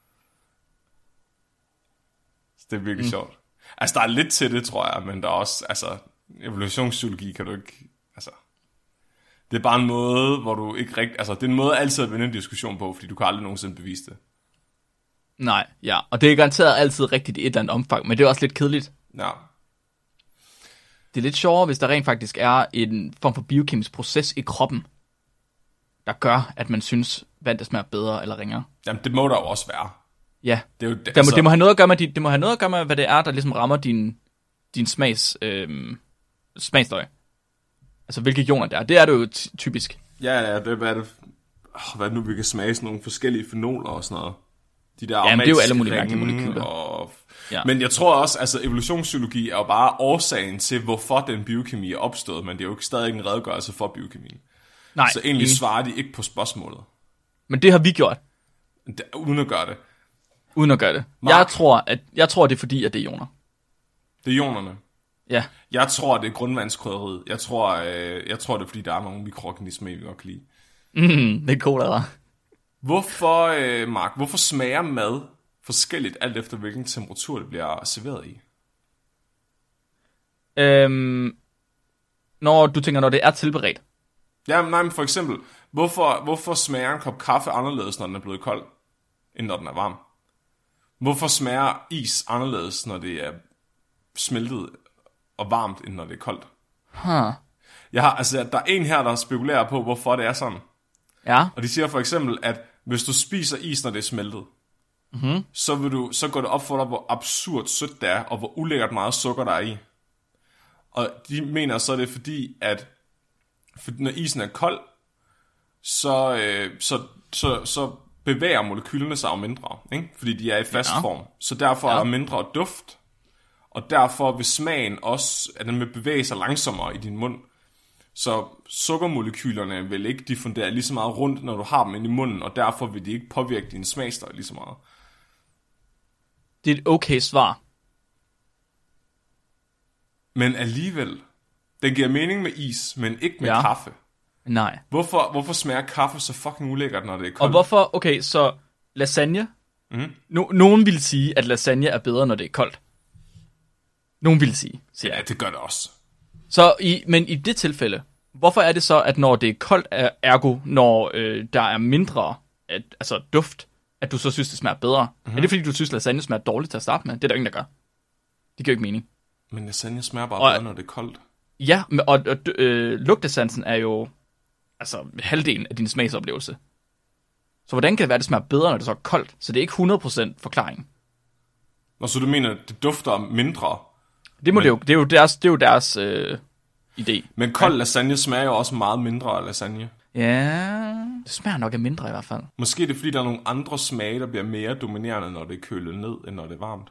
Så det er virkelig mm. sjovt. Altså, der er lidt til det, tror jeg, men der er også, altså, evolutionspsykologi kan du ikke, altså... Det er bare en måde, hvor du ikke rigtig... Altså, det er en måde altid at vinde en diskussion på, fordi du kan aldrig nogensinde bevise det. Nej, ja. Og det er garanteret altid rigtigt i et eller andet omfang, men det er også lidt kedeligt. Ja. Det er lidt sjovere, hvis der rent faktisk er en form for biokemisk proces i kroppen, der gør, at man synes, vand det smager bedre eller ringere. Jamen, det må der jo også være. Ja. Det, er jo, det, altså... må, det, må have noget at gøre med, det må have noget at gøre med, hvad det er, der ligesom rammer din, din smags, øh, smagsløg. Altså, hvilke ioner det er. Det er det jo t- typisk. Ja, ja, det, hvad er det? Oh, hvad er det nu, vi kan smage sådan nogle forskellige fenoler og sådan noget. De der Jamen, det er jo alle mulige mærkelige molekyler. Og... Ja. Men jeg tror også, altså evolutionspsykologi er jo bare årsagen til, hvorfor den biokemi er opstået, men det er jo ikke stadig en redegørelse for biokemien. Nej. Så egentlig svarer de ikke på spørgsmålet. Men det har vi gjort. Det, uden at gøre det. Uden at gøre det. Mark, jeg tror, at jeg tror, det er fordi, at det er ioner. Det er ionerne. Ja. Jeg tror, det er grundvandskrydderiet. Jeg tror, øh, jeg tror, det er, fordi der er nogle mikroorganismer, vi godt kan lide. Mm, det er kolera. Hvorfor, øh, Mark, hvorfor smager mad forskelligt, alt efter hvilken temperatur det bliver serveret i? Øhm, når du tænker, når det er tilberedt? Ja, nej, men for eksempel, hvorfor, hvorfor smager en kop kaffe anderledes, når den er blevet kold, end når den er varm? Hvorfor smager is anderledes, når det er smeltet og varmt, end når det er koldt? Huh. Jeg har, altså, der er en her, der spekulerer på, hvorfor det er sådan. Ja. Og de siger for eksempel, at hvis du spiser is, når det er smeltet, Mm-hmm. så, vil du, så går det op for dig, hvor absurd sødt det er, og hvor ulækkert meget sukker der er i. Og de mener så, er det fordi, at for når isen er kold, så, øh, så, så, så bevæger molekylerne sig jo mindre, ikke? Fordi de er i fast Ja. form. Så derfor Ja. er der mindre duft, og derfor vil smagen også, at den vil bevæge sig langsommere i din mund. Så sukkermolekylerne vil ikke diffundere lige så meget rundt, når du har dem inde i munden, og derfor vil de ikke påvirke din smagstøj lige så meget. Det er et okay svar. Men alligevel, den giver mening med is, men ikke med Ja. kaffe. Nej. Hvorfor, hvorfor smager kaffe så fucking ulækkert, når det er koldt? Og hvorfor, okay, så lasagne. Mhm. No, nogen vil sige, at lasagne er bedre, når det er koldt. Nogen vil sige, siger Ja, jeg. det gør det også. Så i, men i det tilfælde, hvorfor er det så, at når det er koldt, er- ergo, når øh, der er mindre at, altså duft, at du så synes, det smager bedre? Mm-hmm. Er det fordi, du synes, lasagne smager dårligt til at starte med? Det er der ingen, der gør. Det giver jo ikke mening. Men lasagne smager bare Og- bedre, når det er koldt. Ja, men- og, og øh, lugtesansen er jo altså halvdelen af din smagsoplevelse. Så hvordan kan det være, at det smager bedre, når det så er koldt? Så det er ikke hundrede procent forklaring. Nå, så du mener, at det dufter mindre? Det, må Men- det, jo, det er jo deres, det er jo deres øh, idé. Men kold lasagne smager jo også meget mindre af lasagne. Ja, det smager nok af mindre i hvert fald. Måske er det, fordi der er nogle andre smage, der bliver mere dominerende, når det er kølet ned, end når det er varmt.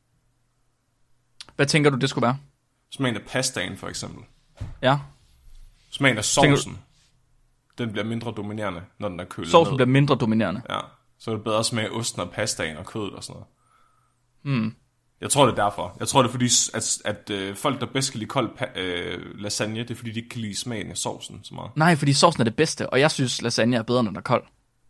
Hvad tænker du, det skulle være? Smagen af pastaen, for eksempel. Ja, Smagen af Tænker du- sovsen, den bliver mindre dominerende, når den er kølet sovsen ned. bliver mindre dominerende. Ja, så er det bedre at smage osten og pastaen og kødet og sådan noget. Hmm. Jeg tror, det er derfor. Jeg tror, det er fordi, at, at øh, folk, der bedst kan lide kold pa- øh, lasagne, det er fordi, de ikke kan lide smagen af sovsen så meget. Nej, fordi sovsen er det bedste, og jeg synes, lasagne er bedre, når den er kold.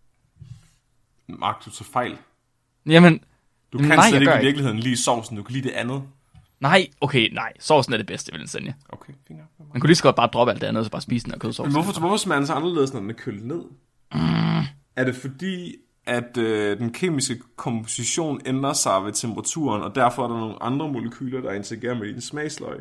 Mark, du tager fejl. Jamen, Du kan nej, slet jeg ikke gør i virkeligheden lide sovsen, du kan lide det andet. nej, okay, nej. Sovsen er det bedste ved lasagne. Okay, fint nok. Man kunne lige så godt bare droppe alt det andet, og så bare spise den her kødsovs. Men hvorfor, hvorfor smager den så anderledes, når den er kølet ned? Mm. Er det fordi, at øh, den kemiske komposition ændrer sig ved temperaturen, og derfor er der nogle andre molekyler, der interagerer med din smagsløg?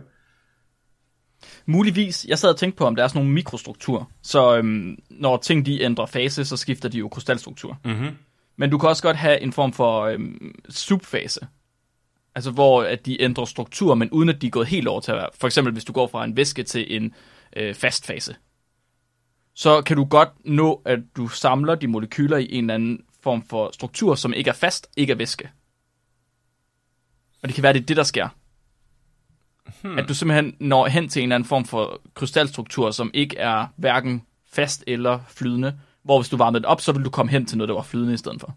Muligvis. Jeg sad og tænkte på, om der er sådan nogle mikrostrukturer. Så øhm, når ting de ændrer fase, så skifter de jo krystalstruktur. Mhm. Men du kan også godt have en form for øhm, subfase. Altså hvor at de ændrer struktur, men uden at de er gået helt over til at være. For eksempel hvis du går fra en væske til en øh, fast fase. Så kan du godt nå, at du samler de molekyler i en eller anden form for struktur, som ikke er fast, ikke er væske. Og det kan være, det er det, der sker. Hmm. At du simpelthen når hen til en eller anden form for krystalstruktur, som ikke er hverken fast eller flydende. Hvor hvis du varmede det op, så vil du komme hen til noget, der var flydende i stedet for.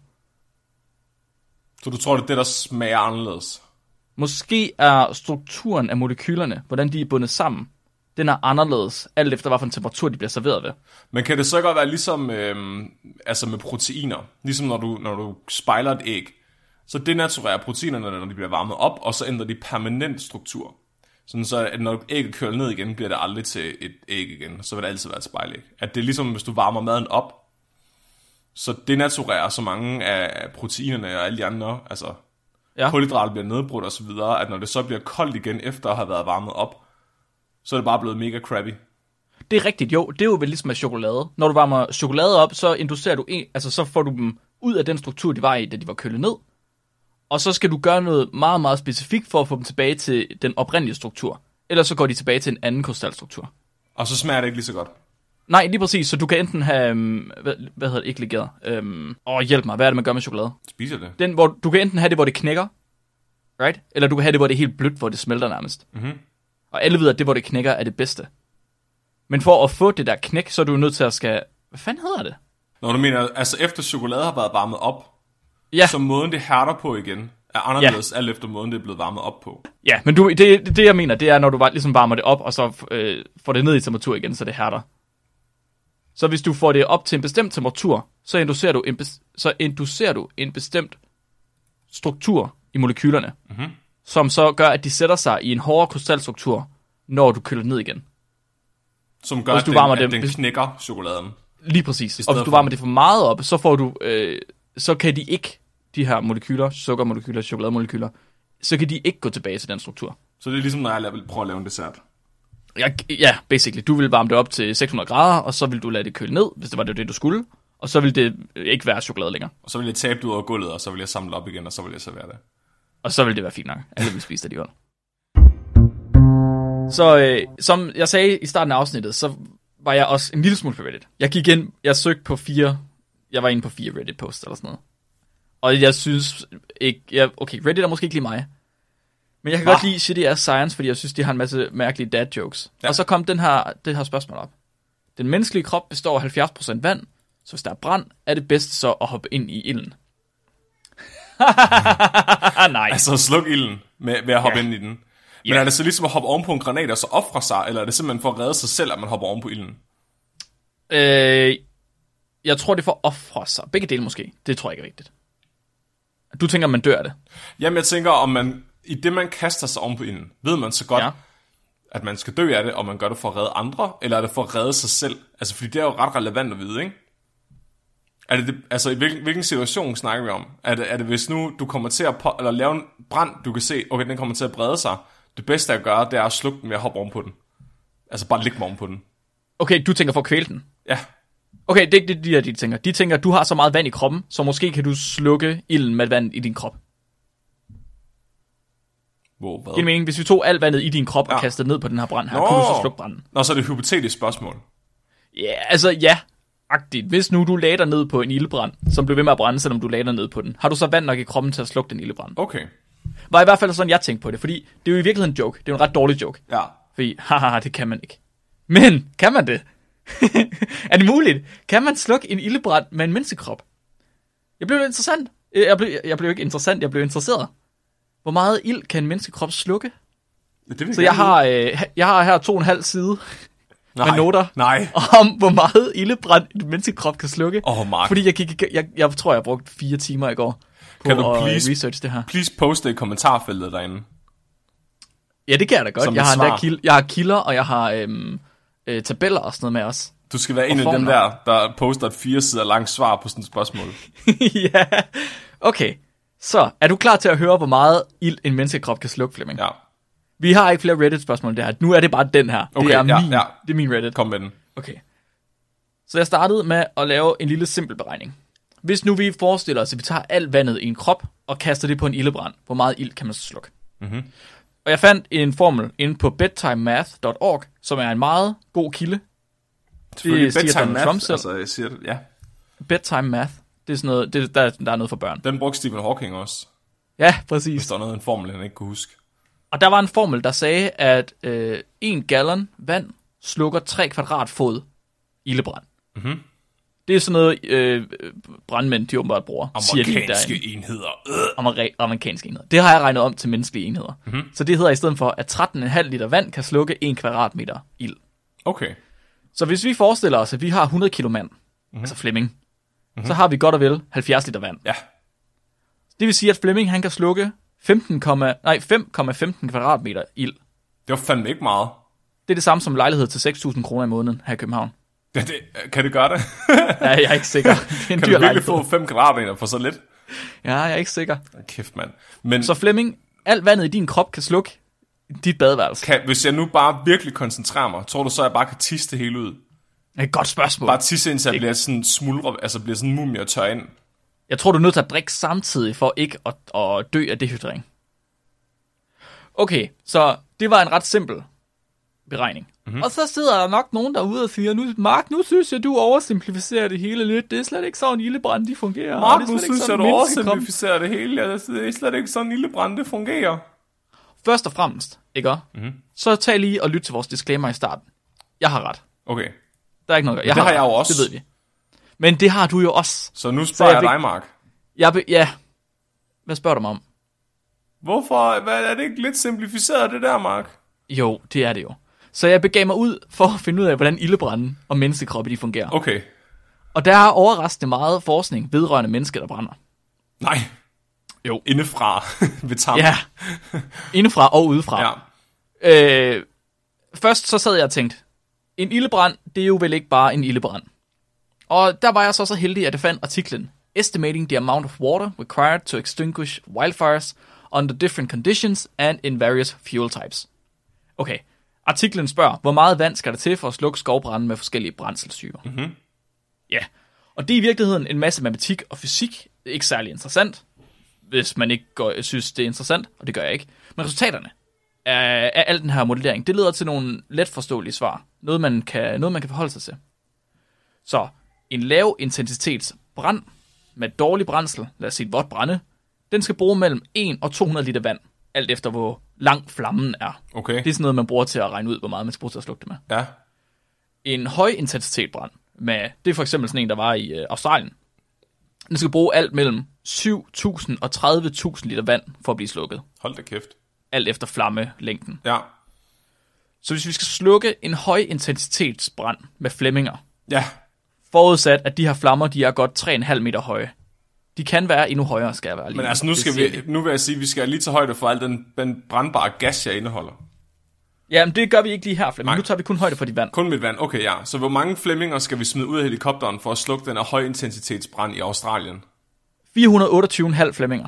Så du tror, det er det, der smager anderledes? Måske er strukturen af molekylerne, hvordan de er bundet sammen, den er anderledes, alt efter hvilken temperatur de bliver serveret ved. Men kan det så godt være ligesom øhm, altså med proteiner? Ligesom når du, når du spejler et æg. Så denaturerer proteinerne, når de bliver varmet op, og så ændrer de permanent struktur. Sådan så, at når ægget køler ned igen, bliver det aldrig til et æg igen. Så vil det altid være et spejlæg. At det er ligesom, hvis du varmer maden op, så denaturerer så mange af proteinerne og alle de andre, altså Ja. kulhydrater bliver nedbrudt og så videre, at når det så bliver koldt igen efter at have været varmet op, så er det bare blevet mega crappy. Det er rigtigt, jo. Det er jo vel ligesom med chokolade. Når du varmer chokolade op, så inducerer du en, altså så får du dem ud af den struktur, de var i, da de var kølet ned. Og så skal du gøre noget meget, meget specifikt for at få dem tilbage til den oprindelige struktur. Ellers så går de tilbage til en anden krystalstruktur. Og så smager det ikke lige så godt. Nej, lige præcis. Så du kan enten have, um, hvad, hvad hedder det, ikke legeret? Øhm, åh, hjælp mig. Hvad er det, man gør med chokolade? Spiser det. Den, hvor, du kan enten have det, hvor det knækker. Right? Eller du kan have det, hvor det er helt blødt, hvor det smelter nærmest. Mhm. Og alle ved, at det, hvor det knækker, er det bedste. Men for at få det der knæk, så er du nødt til at skal... Hvad fanden hedder det? Når du mener, altså efter chokolade har været varmet op, Ja, så måden det hærder på igen, er anderledes ja. alt efter måden det er blevet varmet op på. ja men du, det, det, det, jeg mener, det er, når du var, ligesom varmer det op, og så øh, får det ned i temperatur igen, så det hærder. Så hvis du får det op til en bestemt temperatur, så inducerer du en, bes, så inducerer du en bestemt struktur i molekylerne, Mhm. som så gør, at de sætter sig i en hårdere krystalstruktur, når du køler ned igen. Som gør, Hvis at du den, varmer at dem- den hvis- knækker chokoladen. Lige præcis. Og stedet hvis du for- varmer det for meget op, så får du, øh, så kan de ikke de her molekyler, sukkermolekyler, chokolademolekyler, så kan de ikke gå tilbage til den struktur. Så det er ligesom, når jeg vil prøve at lave en dessert? Ja, ja, basically. Du vil varme det op til seks hundrede grader, og så vil du lade det køle ned, hvis det var det, det du skulle. Og så vil det ikke være chokolade længere. Og så vil jeg tabe det ud over gulvet, og så vil jeg samle op igen, og så vil jeg servere det. Og så vil det være fint nok. Alle vil spise det alligevel. Så øh, som jeg sagde i starten af afsnittet, så var jeg også en lille smule på Reddit. Jeg gik ind, jeg søgte på fire, jeg var inde på fire Reddit-posts eller sådan noget. Og jeg synes ikke, jeg, okay, Reddit er måske ikke lige mig. Men jeg kan Hva? godt lide Shitty Ass Science, fordi jeg synes, de har en masse mærkelige dad jokes. Ja. Og så kom den her, det her spørgsmål op. Den menneskelige krop består af halvfjerds procent vand, så hvis der er brand, er det bedst så at hoppe ind i ilden. Nej. Altså sluk ilden med, ved at hoppe ja. ind i den. Men ja. er det så ligesom at hoppe oven på en granat og så ofre sig, eller er det simpelthen for at redde sig selv, at man hopper oven på ilden? Øh, jeg tror, det er for at ofre sig. Begge dele måske. Det tror jeg ikke er rigtigt. Du tænker, man dør af det? Jamen, jeg tænker, om man i det, man kaster sig oven på ilden, ved man så godt, ja. at man skal dø af det, og man gør det for at redde andre, eller er det for at redde sig selv? Altså, fordi det er jo ret relevant at vide, ikke? Er det, det altså, i hvilken, hvilken situation snakker vi om? Er det, er det hvis nu du kommer til at på, eller lave en brand, du kan se, okay, den kommer til at brede sig. Det bedste at gøre, det er at slukke den ved at hoppe oven på den. Altså bare ligge mig oven på den. Okay, du tænker for at kvæle den? Ja. Okay, det er ikke det, de, de tænker. De tænker, at du har så meget vand i kroppen, så måske kan du slukke ilden med vand i din krop. Wow, hvad? Giver mening, hvis vi tog alt vandet i din krop ja. og kastede ned på den her brand her, Nå. kunne du så slukke branden? Nå, så er det et hypotetisk spørgsmål. Ja, yeah, altså ja. Agtigt. Hvis nu du lagde dig ned på en ildebrand, som blev ved med at brænde, selvom du lagde dig ned på den, har du så vand nok i kroppen til at slukke den ildebrand? Okay. Var i hvert fald sådan, jeg tænkte på det, fordi det er jo i virkeligheden en joke. Det er jo en ret dårlig joke. Ja. Fordi, haha, det kan man ikke. Men, kan man det? Er det muligt? Kan man slukke en ildebrand med en menneskekrop? Jeg blev lidt interessant. Jeg blev, jeg blev ikke interessant, jeg blev interesseret. Hvor meget ild kan en menneskekrop slukke? Det så jeg har, øh, jeg har her to og en halv side nej, med noter nej. om, hvor meget ildebrand en menneskekrop kan slukke. Åh, oh, Mark. Fordi jeg, gik, jeg, jeg tror, jeg brugte fire timer i går på kan du at please, research det her. Please poste i kommentarfeltet derinde. Ja, det kan jeg da godt. Jeg har, der kilder, jeg har kilder, og jeg har øhm, øh, tabeller og sådan noget med os. Du skal være en af dem der, der poster et fire sider langt svar på sådan et spørgsmål. Ja, okay. Så, er du klar til at høre, hvor meget ild en menneskekrop kan slukke, Flemming? Ja. Vi har ikke flere Reddit-spørgsmål det her. Nu er det bare den her. Okay, det, er ja, min, ja. det er min Reddit. Kom med den. Okay. Så jeg startede med at lave en lille simpel beregning. Hvis nu vi forestiller os, at vi tager alt vandet i en krop og kaster det på en ildebrand, hvor meget ild kan man så slukke? Mm-hmm. Og jeg fandt en formel inde på bedtimemath punktum org, som er en meget god kilde. Det er bedtime math, altså jeg siger det, ja. Bedtime math, det er sådan noget, det, der, der er noget for børn. Den brugte Stephen Hawking også. Ja, præcis. Hvis der var noget, en formel, han ikke kunne huske. Og der var en formel, der sagde, at øh, en gallon vand slukker tre kvadratfod ildebrand. Mm-hmm. Det er sådan noget, øh, brandmænd, de åbenbart bruger. Amerikanske de enheder. Øh. Amer- amerikanske enheder. Det har jeg regnet om til menneskelige enheder. Mm-hmm. Så det hedder i stedet for, at tretten komma fem liter vand kan slukke en kvadratmeter ild. Okay. Så hvis vi forestiller os, at vi har hundrede kilo mand, mm-hmm. altså Flemming, mm-hmm. så har vi godt og vel halvfjerds liter vand. Ja. Det vil sige, at Flemming han kan slukke femten, nej, fem komma femten kvadratmeter ild. Det var fandme ikke meget. Det er det samme som lejlighed til seks tusind kroner i måneden her i København. Ja, det, kan det gøre det? Ja, jeg er ikke sikker. Det er en kan dyr du virkelig få fem kvadratmeter for så lidt? Ja, jeg er ikke sikker. Kæft, mand. Men så Flemming, alt vandet i din krop kan slukke dit badeværelse. Kan, hvis jeg nu bare virkelig koncentrerer mig, tror du så, at jeg bare kan tisse det hele ud? Det er et godt spørgsmål. Bare tisse indtil jeg bliver sådan smuldre, altså bliver sådan mumie og tør ind. Jeg tror, du er nødt til at drikke samtidig, for ikke at, at dø af dehydrering. Okay, så det var en ret simpel beregning. Mm-hmm. Og så sidder der nok nogen derude og siger, nu, Mark, nu synes jeg, du oversimplificerer det hele lidt. Det er slet ikke sådan, ildebrand, de fungerer. Mark, nu synes jeg, du oversimplificerer det hele. Det er slet ikke sådan, ildebrand, det fungerer. Først og fremmest, ikke? Mm-hmm. Så tag lige og lyt til vores disclaimer i starten. Jeg har ret. Okay. Der er ikke noget at gøre. Jeg det har, har jeg jo også. Det ved vi. Men det har du jo også. Så nu spørger jeg, jeg dig, Mark. Jeg be- ja. Hvad spørger du mig om? Hvorfor? Hvad, er det ikke lidt simplificeret, det der, Mark? Jo, det er det jo. Så jeg begav mig ud for at finde ud af, hvordan ildebranden og menneskekroppe de fungerer. Okay. Og der er overraskende meget forskning vedrørende mennesker, der brænder. Nej. Jo. Indefra ved tarm. Ja. Indefra og udefra. Ja. Øh, først så sad jeg og tænkte, en ildebrand, det er jo vel ikke bare en ildebrand. Og der var jeg så så heldig, at jeg fandt artiklen estimating the amount of water required to extinguish wildfires under different conditions and in various fuel types. Okay, artiklen spørger, hvor meget vand skal der til for at slukke skovbranden med forskellige brændselstyper? Mm-hmm. Ja, og det er i virkeligheden en masse matematik og fysik. Det er ikke særlig interessant, hvis man ikke går, synes, det er interessant, og det gør jeg ikke. Men resultaterne af, af al den her modellering, det leder til nogle let forståelige svar. Noget man kan, noget, man kan forholde sig til. Så en lav intensitets brand med dårlig brændsel, lad os sige et vådt brænde, den skal bruge mellem en og to hundrede liter vand, alt efter hvor lang flammen er. Okay. Det er sådan noget, man bruger til at regne ud, hvor meget man skal bruge til at slukke det med. Ja. En høj intensitet brand, med, det er for eksempel sådan en, der var i øh, Australien. Den skal bruge alt mellem syv tusind og tredive tusind liter vand for at blive slukket. Hold da kæft. Alt efter flammelængden. Ja. Så hvis vi skal slukke en høj intensitetsbrand med flemminger, Ja. forudsat at de her flammer, de er godt tre komma fem meter høje. De kan være endnu højere, skal jeg være lige. Men altså nu, skal vi, nu vil jeg sige, at vi skal lige tage højde for al den, den brandbare gas, jeg indeholder. Jamen det gør vi ikke lige her, Flemming. Nu tager vi kun højde for dit vand. Kun mit vand, okay ja. Så hvor mange flemminger skal vi smide ud af helikopteren for at slukke den her højintensitetsbrand i Australien? fire hundrede og otteogtyve komma fem flemminger.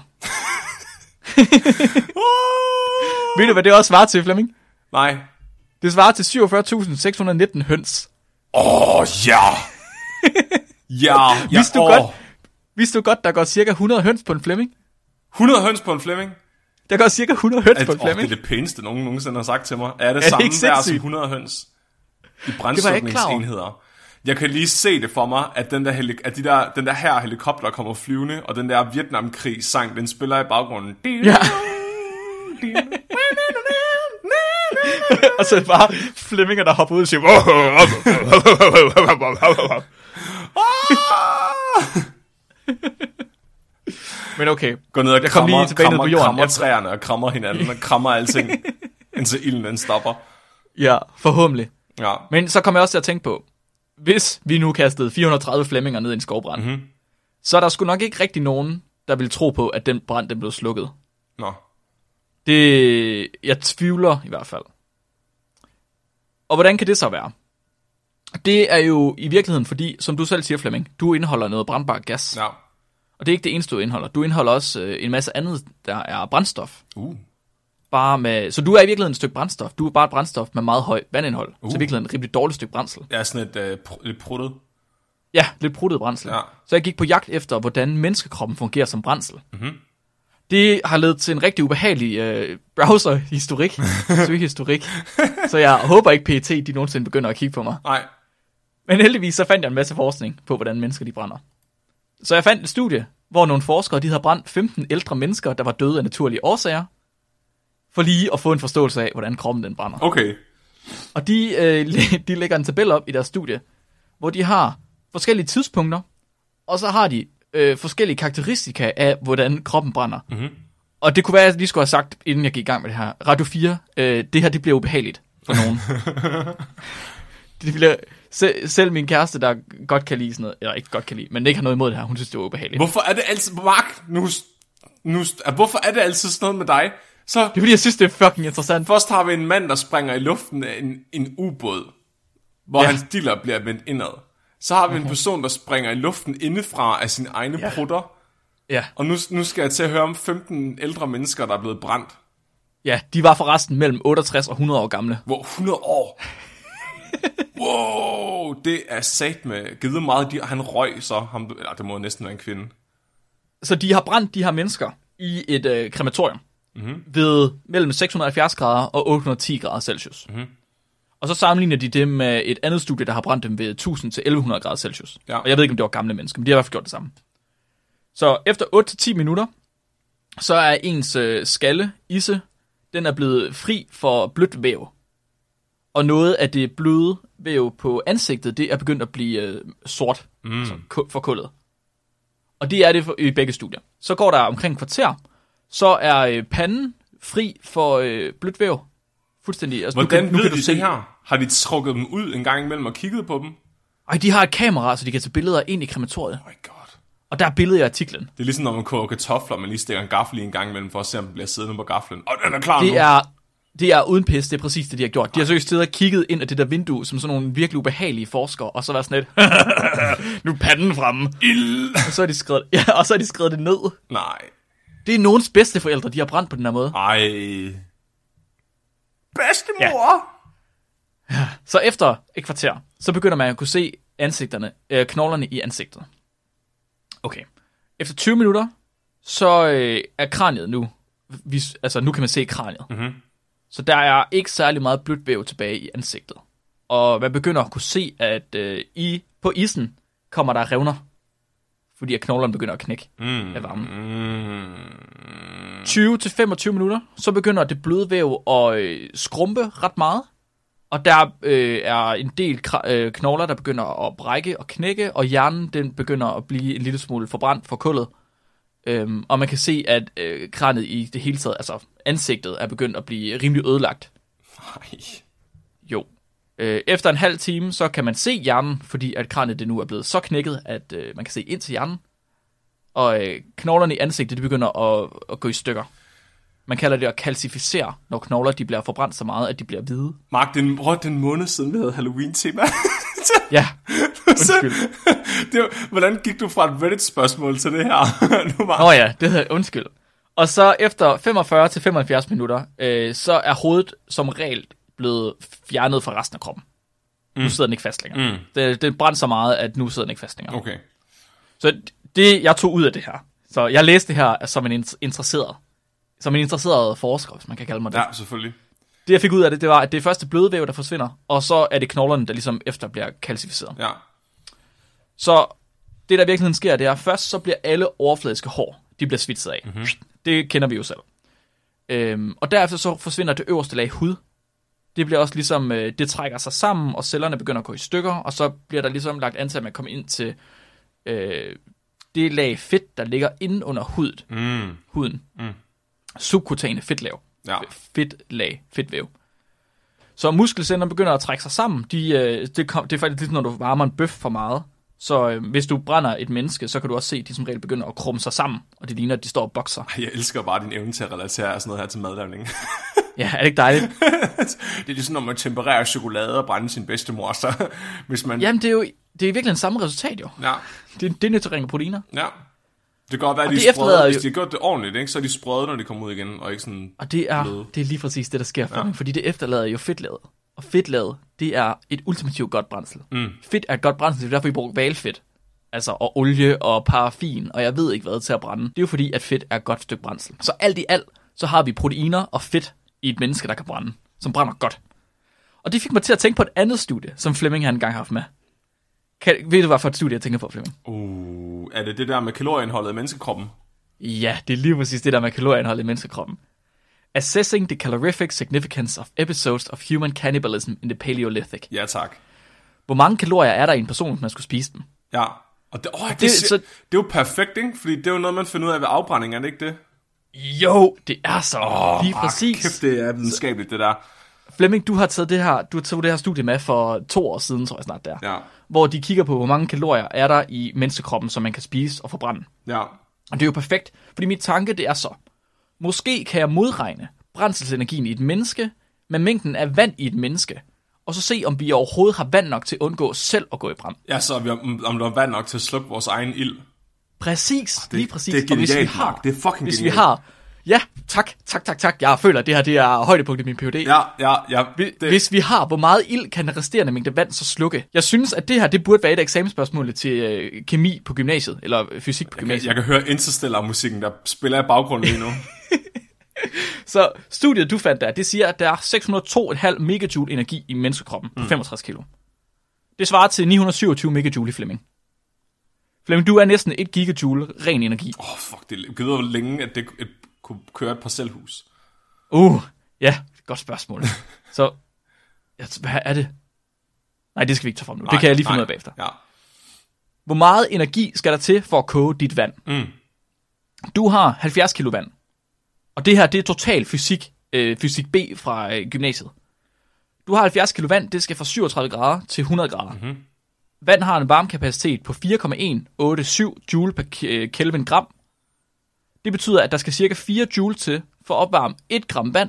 Ved du, hvad det også svarer til, Flemming? Nej. Det svarer til syvogfyrre tusind seks hundrede og nitten høns. Åh, oh, ja! Ja, ja, Vidste du oh. godt, vidste du godt, der går cirka hundrede høns på en Flemming? hundrede høns på en Flemming? Der går cirka hundrede høns At, på en oh, Flemming. det er det pæneste, nogen nogensinde har sagt til mig. Er det, er det samme ikke værd som hundrede høns i brændslukningsenheder? Jeg kan lige se det for mig, at den der, heli- at de der, den der her helikopter kommer flyvende, og den der Vietnamkrig sang, den spiller i baggrunden. Ja. Og så er det bare Flemminger, der hopper ud og siger... Men okay. Går ned og jeg kom krammer, lige tilbage krammer, ned på jorden. krammer træerne og krammer hinanden og krammer alting, indtil ilden den stopper. Ja, forhåbentlig. Ja. Men så kom jeg også til at tænke på, hvis vi nu kastede fire hundrede og tredive Flemminger ned i en skovbrand, mm-hmm. så er der sgu nok ikke rigtig nogen, der vil tro på, at den brand den blev slukket. Nå. Det, jeg tvivler i hvert fald. Og hvordan kan det så være? Det er jo i virkeligheden fordi, som du selv siger, Flemming, du indeholder noget brandbar gas. Ja. Og det er ikke det eneste, du indeholder. Du indeholder også øh, en masse andet, der er brændstof. Uh. Bare med, så du er i virkeligheden et stykke brændstof. Du er bare et brændstof med meget højt vandindhold. Uh. Så i virkeligheden et rimelig dårligt stykke brændsel. Jeg er sådan et øh, pr- lidt pruttet. Ja, lidt pruttet brændsel. Ja. Så jeg gik på jagt efter, hvordan menneskekroppen fungerer som brændsel. Mm-hmm. Det har ledet til en rigtig ubehagelig øh, browser-historik, søgehistorik. Så jeg håber ikke, P E T de nogensinde begynder at kigge på mig. Nej. Men heldigvis så fandt jeg en masse forskning på, hvordan mennesker de brænder. Så jeg fandt et studie, hvor nogle forskere de havde brændt femten ældre mennesker, der var døde af naturlige årsager, for lige at få en forståelse af, hvordan kroppen den brænder. Okay. Og de, øh, de lægger en tabel op i deres studie, hvor de har forskellige tidspunkter, og så har de øh, forskellige karakteristika af, hvordan kroppen brænder. Mm-hmm. Og det kunne være, at jeg lige skulle have sagt, inden jeg gik i gang med det her. Radio fire, øh, det her det bliver ubehageligt for nogen. det bliver, selv, selv min kæreste, der godt kan lide sådan noget, eller ikke godt kan lide, men ikke har noget imod det her, hun synes, det var ubehageligt. Hvorfor er det altid, Mark, nu, nu, hvorfor er det altid sådan noget med dig? Så det er fordi, jeg synes, det er fucking interessant. Først har vi en mand, der springer i luften af en, en ubåd, hvor ja. hans diller bliver vendt indad. Så har vi en person, der springer i luften indefra af sine egne ja. prutter. Ja. Og nu, nu skal jeg til at høre om femten ældre mennesker, der er blevet brændt. Ja, de var forresten mellem otteogtres og hundrede år gamle. Hvor hundrede år? Wow, det er sat med givet meget. De, han røg så, ham, eller det må næsten være en kvinde. Så de har brændt de her mennesker i et øh, krematorium mm-hmm. ved mellem seks hundrede og halvfjerds grader og otte hundrede og ti grader Celsius. Mm-hmm. Og så sammenligner de det med et andet studie, der har brændt dem ved tusind til elleve hundrede grader Celsius. Ja. Og jeg ved ikke, om det var gamle mennesker, men de har i hvert fald gjort det samme. Så efter otte til ti minutter, så er ens øh, skalle, isse, den er blevet fri for blødt væv. Og noget af det bløde væv på ansigtet, det er begyndt at blive øh, sort, mm. altså forkullet. Og det er det for, i begge studier. Så går der omkring et kvarter, så er øh, panden fri for øh, blødt væv. Fuldstændig. Altså, hvordan nu kan, nu ved kan de du se det her? Har de trukket dem ud en gang imellem og kigget på dem? Ej, de har et kamera, så de kan tage billeder ind i krematoriet. Oh my god. Og der er billeder i artiklen. Det er ligesom, når man koger kartofler, man lige stikker en gaffel i en gang imellem, for at se, om den bliver siddende på gaflen. Og den er klar det nu. Er, Det er uden pis, det er præcis det, de har gjort. De har seriøst siddet og kigget ind af det der vindue, som sådan nogle virkelig ubehagelige forskere, og så var sådan lidt, nu er panden fremme. Ild. Og så har de skrevet, ja, og så har de skrevet det ned. Nej. Det er nogens bedste forældre, de har brændt på den her måde. Ej. Bedstemor! Ja. Så efter et kvarter, så begynder man at kunne se ansigterne, øh, knoglerne i ansigtet. Okay. Efter tyve minutter, så øh, er kraniet nu, vi, altså nu kan man se kraniet. Mm-hmm. Så der er ikke særlig meget blødt væv tilbage i ansigtet. Og man begynder at kunne se, at øh, i, på isen kommer der revner, fordi at knoglerne begynder at knække mm. af varmen. Mm. tyve til femogtyve minutter, så begynder det bløde væv at øh, skrumpe ret meget. Og der øh, er en del øh, knogler, der begynder at brække og knække, og hjernen den begynder at blive en lille smule forbrændt for kullet. Øhm, og man kan se, at øh, kraniet i det hele taget, altså ansigtet, er begyndt at blive rimelig ødelagt. Nej. Jo. Øh, efter en halv time, så kan man se hjernen, fordi at kraniet det nu er blevet så knækket, at øh, man kan se ind til hjernen. Og øh, knoglerne i ansigtet, de begynder at, at gå i stykker. Man kalder det at kalcificere, når knogler de bliver forbrændt så meget, at de bliver hvide. Mark, det er en måned siden, vi havde Halloween-tema. Ja, undskyld. det var, hvordan gik du fra et Reddit-spørgsmål til det her? Nå var... ja, det hedder undskyld. Og så efter femogfyrre til femoghalvfjerds minutter, øh, så er hovedet som regel blevet fjernet fra resten af kroppen. Mm. Nu sidder den ikke fast længere. Mm. Det, det brændte så meget, at nu sidder den ikke fast længere. Okay. Så det, jeg tog ud af det her. Så jeg læste det her som en interesseret. Som en interesseret forsker, hvis man kan kalde mig det. Ja, selvfølgelig. Det jeg fik ud af det, det var, at det er først det bløde væv, der forsvinder, og så er det knoglerne, der ligesom efter bliver kalcificeret. Ja. Så det, der virkelig sker, det er, at først så bliver alle overfladiske hår, de bliver svitset af. Mm-hmm. Det kender vi jo selv. Øhm, og derefter så forsvinder det øverste lag hud. Det bliver også ligesom, øh, det trækker sig sammen, og cellerne begynder at gå i stykker, og så bliver der ligesom lagt an til, at man kommer ind til øh, det lag fedt, der ligger inde under hudet. Mm. Huden. Mm. Subkutane fedtlag. Ja. Fedtlag, fedtvæv. Så muskelcellerne begynder at trække sig sammen. De, øh, det, kom, det er faktisk lidt, når du varmer en bøf for meget. Så øh, hvis du brænder et menneske, så kan du også se, at de som regel begynder at krumme sig sammen. Og det ligner, at de står og bokser. Jeg elsker bare din evne til at relatere sådan noget her til madlavning. Ja, er det ikke dejligt? Det er ligesom, når man tempererer chokolade og brænder sin bedstemor, så hvis man... Jamen, det er jo det er virkelig en samme resultat, jo. Ja. Det, det er nødt proteiner. Ja. Det kan godt være, at de det er sprøde, hvis jo... de har gjort det ordentligt, ikke? Så er de sprøde, når de kommer ud igen, og ikke sådan... Og det er, det er lige præcis det, der sker for ja. mig, fordi det efterlader jo fedtlaget. Og fedtlaget, det er et ultimativt godt brændsel. Mm. Fedt er et godt brændsel, det er derfor, vi bruger hvalfedt. Altså, og olie og paraffin, og jeg ved ikke hvad til at brænde. Det er jo fordi, at fedt er et godt stykke brændsel. Så alt i alt, så har vi proteiner og fedt i et menneske, der kan brænde, som brænder godt. Og det fik mig til at tænke på et andet studie, som Flemming han engang har haft med. Kan, ved du, hvad for et studie, jeg tænker på, Flemming? Uh, er det det der med kalorieindholdet i menneskekroppen? Ja, det er lige præcis det der med kalorieindholdet i menneskekroppen. Assessing the calorific significance of episodes of human cannibalism in the Paleolithic. Ja, tak. Hvor mange kalorier er der i en person, hvis man skulle spise dem? Ja, og det, åh, det, det, så... det er jo perfekt, ikke? Fordi det er jo noget, man finder ud af ved afbrænding, er det ikke det? Jo, det er så. Oh, lige præcis. Ah, kæft, det er videnskabeligt, det der. Flemming, du har taget det her, du har taget det her studie med for to år siden, tror jeg snart der. Ja. Hvor de kigger på, hvor mange kalorier er der i menneskekroppen, som man kan spise og forbrænde. Ja. Og det er jo perfekt, fordi mit tanke, det er så. Måske kan jeg modregne brændselsenergien i et menneske med mængden af vand i et menneske, og så se, om vi overhovedet har vand nok til at undgå selv at gå i brand. Ja, så om, om der er vand nok til at slukke vores egen ild. Præcis, det, lige præcis. Det er genialt, hvis vi har, det er fucking hvis genialt. Vi har, ja, tak, tak, tak, tak. Jeg føler, at det her det er højdepunktet i min P H D. Ja, ja, ja. Det... Hvis vi har, hvor meget ild kan den resterende mængde vand så slukke? Jeg synes, at det her, det burde være et af eksamensspørgsmålet til øh, kemi på gymnasiet, eller fysik på gymnasiet. Jeg kan, jeg kan høre Interstellar-musikken, der spiller i baggrunden lige nu. Så studiet, du fandt der, det siger, at der er seks hundrede og to komma fem megajoule energi i menneskekroppen på mm. femogtres kilo. Det svarer til ni hundrede og syvogtyve megajoule i Flemming. Flemming, du er næsten et gigajoule ren energi. Åh, oh, fuck, det gider hvor længe, at det et, kunne køre et parcelhus. Uh, ja, godt spørgsmål. Så, ja, hvad er det? Nej, det skal vi ikke tage frem nu. Nej, det kan jeg lige finde ud af bagefter. Ja. Hvor meget energi skal der til for at koge dit vand? Mm. Du har halvfjerds kilo vand. Og det her, det er total fysik, øh, fysik B fra øh, gymnasiet. Du har halvfjerds kilo vand, det skal fra syvogtredive grader til hundrede grader. Mm-hmm. Vand har en varmekapacitet på fire komma en otte syv joule per Kelvin gram. Det betyder, at der skal cirka fire joule til for at opvarme et gram vand,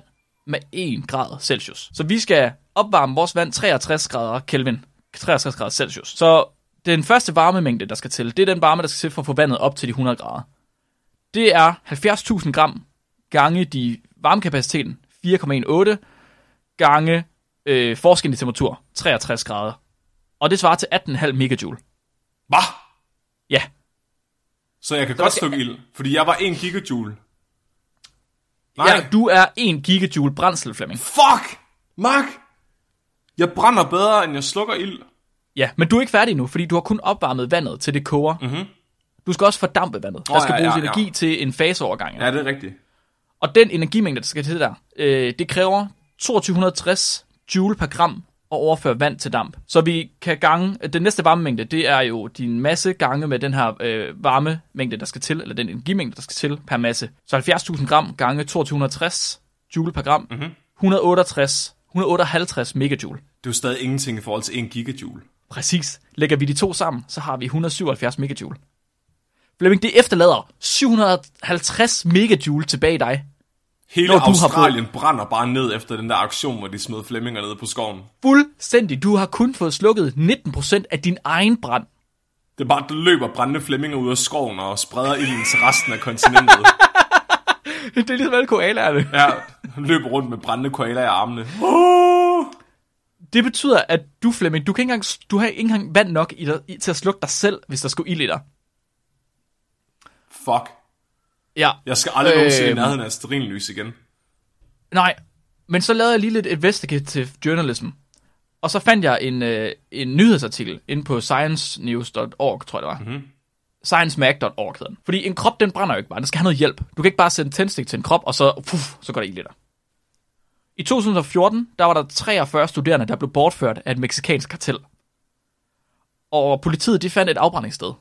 med en grad Celsius. Så vi skal opvarme vores vand treogtres grader Kelvin, treogtres grader Celsius. Så den første varmemængde, der skal til, det er den varme, der skal til for at få vandet op til de hundrede grader. Det er halvfjerds tusind gram gange de varmekapaciteten, fire komma atten, gange øh, forskellen i temperatur, treogtres grader. Og det svarer til atten komma fem megajoule. Hvad? Ja. Så jeg kan Så godt skal- slukke ild, fordi jeg var en gigajoule. Nej. Ja, du er en gigajoule brændsel, Flemming. Fuck! Mark! Jeg brænder bedre, end jeg slukker ild. Ja, men du er ikke færdig nu, fordi du har kun opvarmet vandet, til det koger. Mm-hmm. Du skal også fordampe vandet. Der Åh, skal ja, bruges ja, ja. energi til en faseovergang. Ja, det er rigtigt. Og den energimængde, der skal til der, øh, det kræver to tusind to hundrede og tres joule per gram at overføre vand til damp. Så vi kan gange, den næste varmemængde, det er jo din masse gange med den her øh, varmemængde, der skal til, eller den energimængde, der skal til per masse. Så halvfjerds tusind gram gange to tusind to hundrede og tres joule per gram, mm-hmm. et hundrede og otteogtres, et hundrede og otteoghalvtreds megajoule. Det er jo stadig ingenting i forhold til en gigajoule. Præcis. Lægger vi de to sammen, så har vi et hundrede og syvoghalvfjerds megajoule. Flemming, det efterlader syv hundrede og halvtreds megajoule tilbage i dig. Hele Når du har Australien brænder bare ned efter den der aktion, hvor de smed Flemminger nede på skoven. Fuldstændig. Du har kun fået slukket nitten procent af din egen brand. Det er bare, der løber brændende Flemminger ud af skoven og spreder ilden til resten af kontinentet. Det er ligesom alle koalaerne. Ja, løber rundt med brændende koala i armene. Oh! Det betyder, at du, Flemming, du, kan ikke engang, du har ikke engang vand nok i dig, i, til at slukke dig selv, hvis der skulle ild i dig. Fuck. Ja. Jeg skal aldrig øh... nogensinde i Øh, nærheden af stearinlys igen. Nej, men så lavede jeg lige lidt investigative journalism. Og så fandt jeg en, øh, en nyhedsartikel inde på science news punktum org, tror jeg det var. Mm-hmm. science mag punktum org hedder den. Fordi en krop, den brænder jo ikke bare. Den skal have noget hjælp. Du kan ikke bare sætte en tændstik til en krop, og så, puff, så går der ild i dig. I to tusind og fjorten, der var der treogfyrre studerende, der blev bortført af et mexikansk kartel. Og politiet, de fandt et afbrændingssted.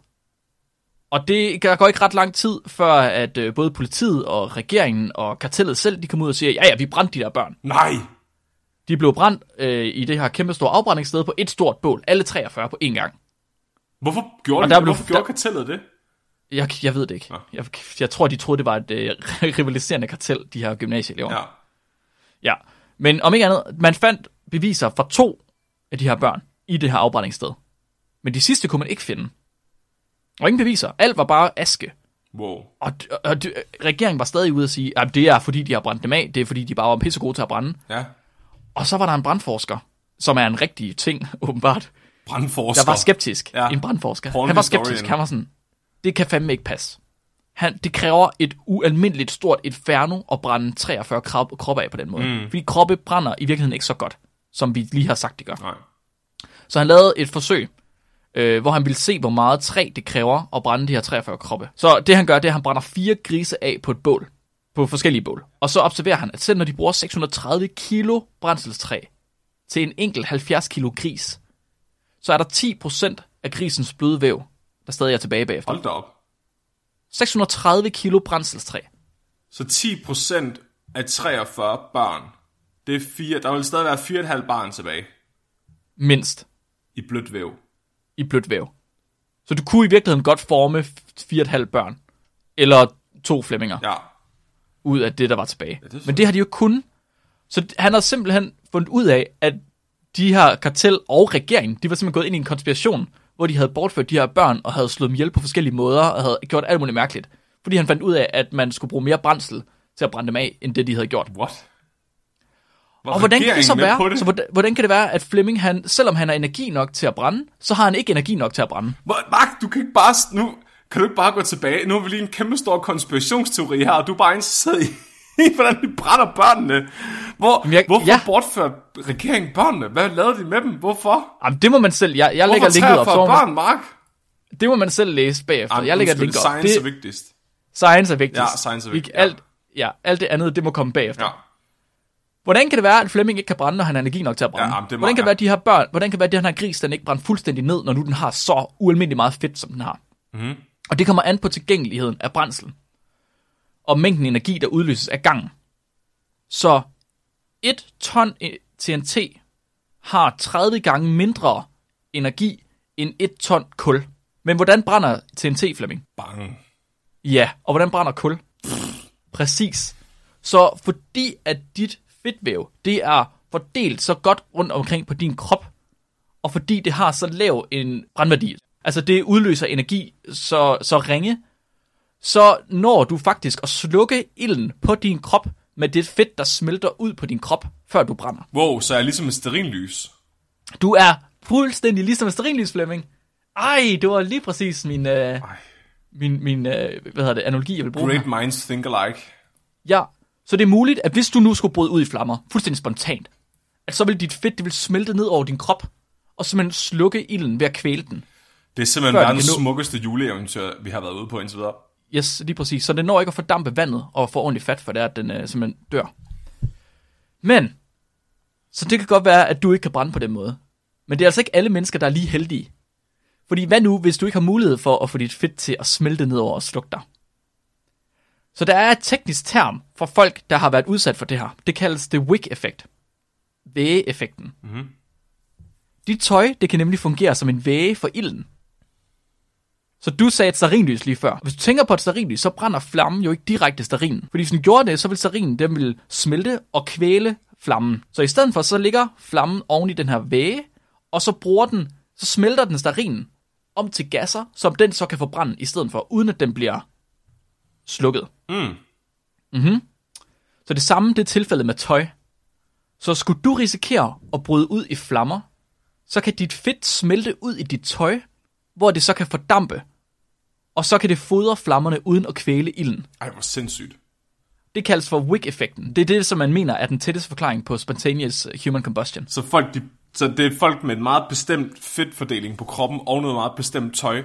Og det der går ikke ret lang tid, før at øh, både politiet og regeringen og kartellet selv, de kom ud og siger, ja ja, vi brændte de der børn. Nej! De blev brændt øh, i det her kæmpe store afbrændingssted på et stort bål. Alle treogfyrre på én gang. Hvorfor gjorde, Og de, der blev- hvorfor gjorde der- kartellet det? Jeg, jeg ved det ikke. Nå. Jeg, jeg tror, de troede, det var et øh, rivaliserende kartel, de her gymnasieelever. Ja. Ja. Men om ikke andet, man fandt beviser fra to af de her børn i det her afbrændingssted. Men de sidste kunne man ikke finde. Og ingen beviser. Alt var bare aske. Wow. Og, og, og regeringen var stadig ude at sige, at det er fordi, de har brændt dem af. Det er fordi, de bare var pissegode til at brænde. Ja. Og så var der en brandforsker, som er en rigtig ting, åbenbart, Brandforsker. der var skeptisk. Ja. En brandforsker. Porn Han var historian. skeptisk. Han var sådan, det kan fandme ikke passe. Han, det kræver et ualmindeligt stort inferno at brænde treogfyrre krop, kroppe af på den måde. Mm. Fordi kroppe brænder i virkeligheden ikke så godt, som vi lige har sagt, det gør. Nej. Så han lavede et forsøg, øh, hvor han ville se, hvor meget træ det kræver at brænde de her treogfyrre kroppe. Så det han gør, det er, at han brænder fire grise af på et bål. På forskellige bål. Og så observerer han, at selv når de bruger seks hundrede og tredive kilo brændselstræ til en enkelt halvfjerds kilo gris, så er der ti procent af grisens bløde væv, der stadig er tilbage bagefter. Hold da op. seks hundrede og tredive kilo brændselstræ. Så ti procent af treogfyrre børn, det er fire, der vil stadig være fire komma fem barn tilbage Mindst i blødt væv. i blødt væv. Så du kunne i virkeligheden godt forme fire komma fem børn. Eller to Flemminger. Ja. Ud af det, der var tilbage. Ja, det er Men det har de jo kun. Så han har simpelthen fundet ud af, at de her kartel og regeringen, de var simpelthen gået ind i en konspiration, hvor de havde bortført de her børn, og havde slået dem ihjel på forskellige måder, og havde gjort alt muligt mærkeligt. Fordi han fandt ud af, at man skulle bruge mere brændsel til at brænde dem af, end det de havde gjort. What? Var Og hvordan kan det så regeringen med på være? det? Så hvordan, hvordan kan det være, at Flemming, han, selvom han har energi nok til at brænde, så har han ikke energi nok til at brænde? Hvor, Mark, du kan ikke bare... Nu kan du ikke bare gå tilbage. Nu har vi lige en kæmpe stor konspirationsteori her, og du er bare interesseret i, hvordan de brænder børnene. Hvor, jeg- hvorfor ja. bortførte regeringen børnene? Hvad lavede de med dem? Hvorfor? Jamen, det må man selv. Jeg, jeg lægger Hvorfor linket op. Så treogfyrre må man, børn, Mark? det må man selv læse bagefter. Jamen, jeg lægger et undskyld, link op. Science Det, er vigtigst. science er vigtigst. Ja, science er Vi- vigtigt, ja. Alt, ja, alt det andet, det må komme bagefter. Ja. Hvordan kan det være, at Flemming ikke kan brænde, når han har energi nok til at brænde? Ja, jamen, det er hvordan kan det meget- være, at de her børn, hvordan kan det være, at den her gris, den ikke brænder fuldstændig ned, når nu den har så ualmindeligt meget fedt, som den har? Mhm. Og det kommer an på tilgængeligheden af brændslen. Og mængden energi, der udløses af gangen. Så et ton T N T har tredive gange mindre energi end et ton kul. Men hvordan brænder T N T, Flemming? Bang. Ja, og hvordan brænder kul? Præcis. Så fordi at dit fedtvæv, det er fordelt så godt rundt omkring på din krop, og fordi det har så lav en brændværdi, altså det udløser energi så, så ringe, så når du faktisk at slukke ilden på din krop med det fedt, der smelter ud på din krop, før du brænder. Wow, så er jeg ligesom en stearinlys. Du er fuldstændig ligesom en stearinlys, Flemming. Ej, det var lige præcis min, øh, min, min øh, hvad hedder det, analogi, jeg vil bruge. Great minds think alike. Ja, så det er muligt, at hvis du nu skulle bryde ud i flammer, fuldstændig spontant, at så vil dit fedt, det vil smelte ned over din krop, og simpelthen slukke ilden ved at kvæle den. Det er simpelthen verdens nå... smukkeste juleeventyr, vi har været ude på indtil videre. Yes, lige præcis. Så det når ikke at fordampe vandet og få ordentligt fat, for det er, at den øh, simpelthen dør. Men, så det kan godt være, at du ikke kan brænde på den måde. Men det er altså ikke alle mennesker, der er lige heldige. Fordi hvad nu, hvis du ikke har mulighed for at få dit fedt til at smelte ned over og slukke dig? Så der er et teknisk term for folk, der har været udsat for det her. Det kaldes the wick-effekt. Væge-effekten. Mm-hmm. Dit tøj, det kan nemlig fungere som en væge for ilden. Så du sagde et stearinlys lige før. Hvis du tænker på et stearinlys, så brænder flammen jo ikke direkte stearinen. Fordi hvis den gjorde det, så vil stearinen, den vil smelte og kvæle flammen. Så i stedet for, så ligger flammen oven i den her væge, og så bruger den, så smelter den stearinen om til gasser, som den så kan forbrænde i stedet for, uden at den bliver slukket. Mm. Mm-hmm. Så det samme, det er tilfældet med tøj. Så skulle du risikere at bryde ud i flammer, så kan dit fedt smelte ud i dit tøj, hvor det så kan fordampe, og så kan det fodre flammerne uden at kvæle ilden. Ej, hvor sindssygt. Det kaldes for wick-effekten. Det er det, som man mener er den tætteste forklaring på spontaneous human combustion. Så, folk, de, så det er folk med et meget bestemt fedtfordeling på kroppen og noget meget bestemt tøj.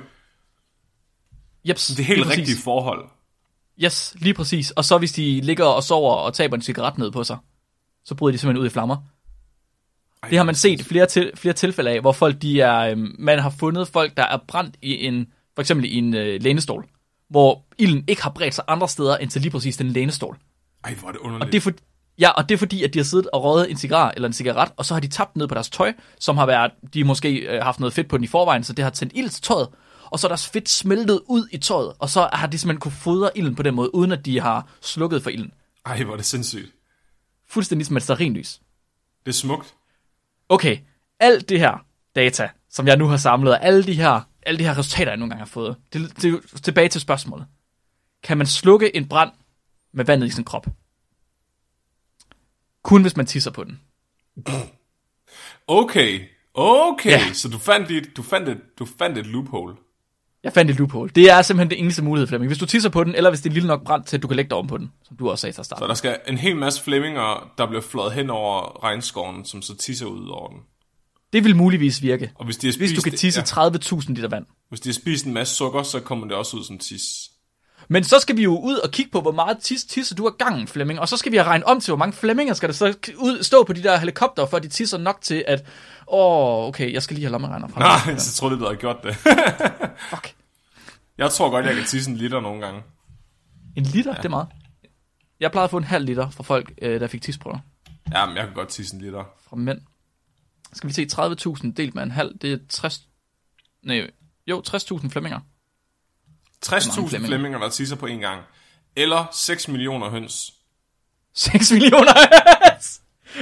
Jeps, det er helt rigtige forhold. Yes, lige præcis. Og så hvis de ligger og sover og taber en cigaret ned på sig, så bryder de simpelthen ud i flammer. Ej, det har man set flere, til, flere tilfælde af, hvor folk de er, øhm, man har fundet folk, der er brændt i en, for eksempel i en øh, lænestol, hvor ilden ikke har bredt sig andre steder end til lige præcis den lænestol. Ej, hvor er det underligt. Og det er for, ja, og det er fordi, at de har siddet og røget en cigar eller en cigaret, og så har de tabt ned på deres tøj, som har været, de måske øh, haft noget fedt på den i forvejen, så det har tændt ild til tøjet, og så er deres fedt smeltet ud i tøjet, og så har de simpelthen kunne fodre ilden på den måde, uden at de har slukket for ilden. Ej, hvor er det sindssygt. Fuldstændig som et stearinlys. Det er smukt. Okay, alt det her data, som jeg nu har samlet, og alle de her, alle de her resultater, jeg nogle gange har fået, det, det er tilbage til spørgsmålet. Kan man slukke en brand med vandet i sin krop? Kun hvis man tisser på den. Okay, okay, ja. Så du fandt, et, du, fandt et, du fandt et loophole. Jeg fandt et loophole. Det er simpelthen det eneste mulighed, Flemming. Hvis du tisser på den, eller hvis det er lille nok brand til, at du kan lægge dig oven på den, som du også sagde til at starte. Så der skal en hel masse flemminger, der bliver fløjet hen over regnskoven, som så tisser ud over den. Det vil muligvis virke. Og hvis, de har spist, hvis du kan tisse ja. tredive tusind liter vand. Hvis de har spist en masse sukker, så kommer det også ud som tis. Men så skal vi jo ud og kigge på, hvor meget tis tisser du har gangen, Flemming. Og så skal vi have regnet om til, hvor mange flemminger skal der så ud, stå på de der helikopter, for de tisser nok til, at åh, okay, jeg skal lige have lommeregner fra. Nej, jeg tror, det du har gjort det. Fuck. Jeg tror godt, jeg kan tisse en liter nogle gange. En liter? Ja. Det er meget. Jeg plejede at få en halv liter fra folk, der fik tisprøver. Ja, men jeg kan godt tisse en liter. Fra mænd. Skal vi se, tredive tusind delt med en halv, det er tres... Nej, jo, tres tusind flemminger. tres tusind flemminger, der tisser på en gang. Eller seks millioner høns. seks millioner høns!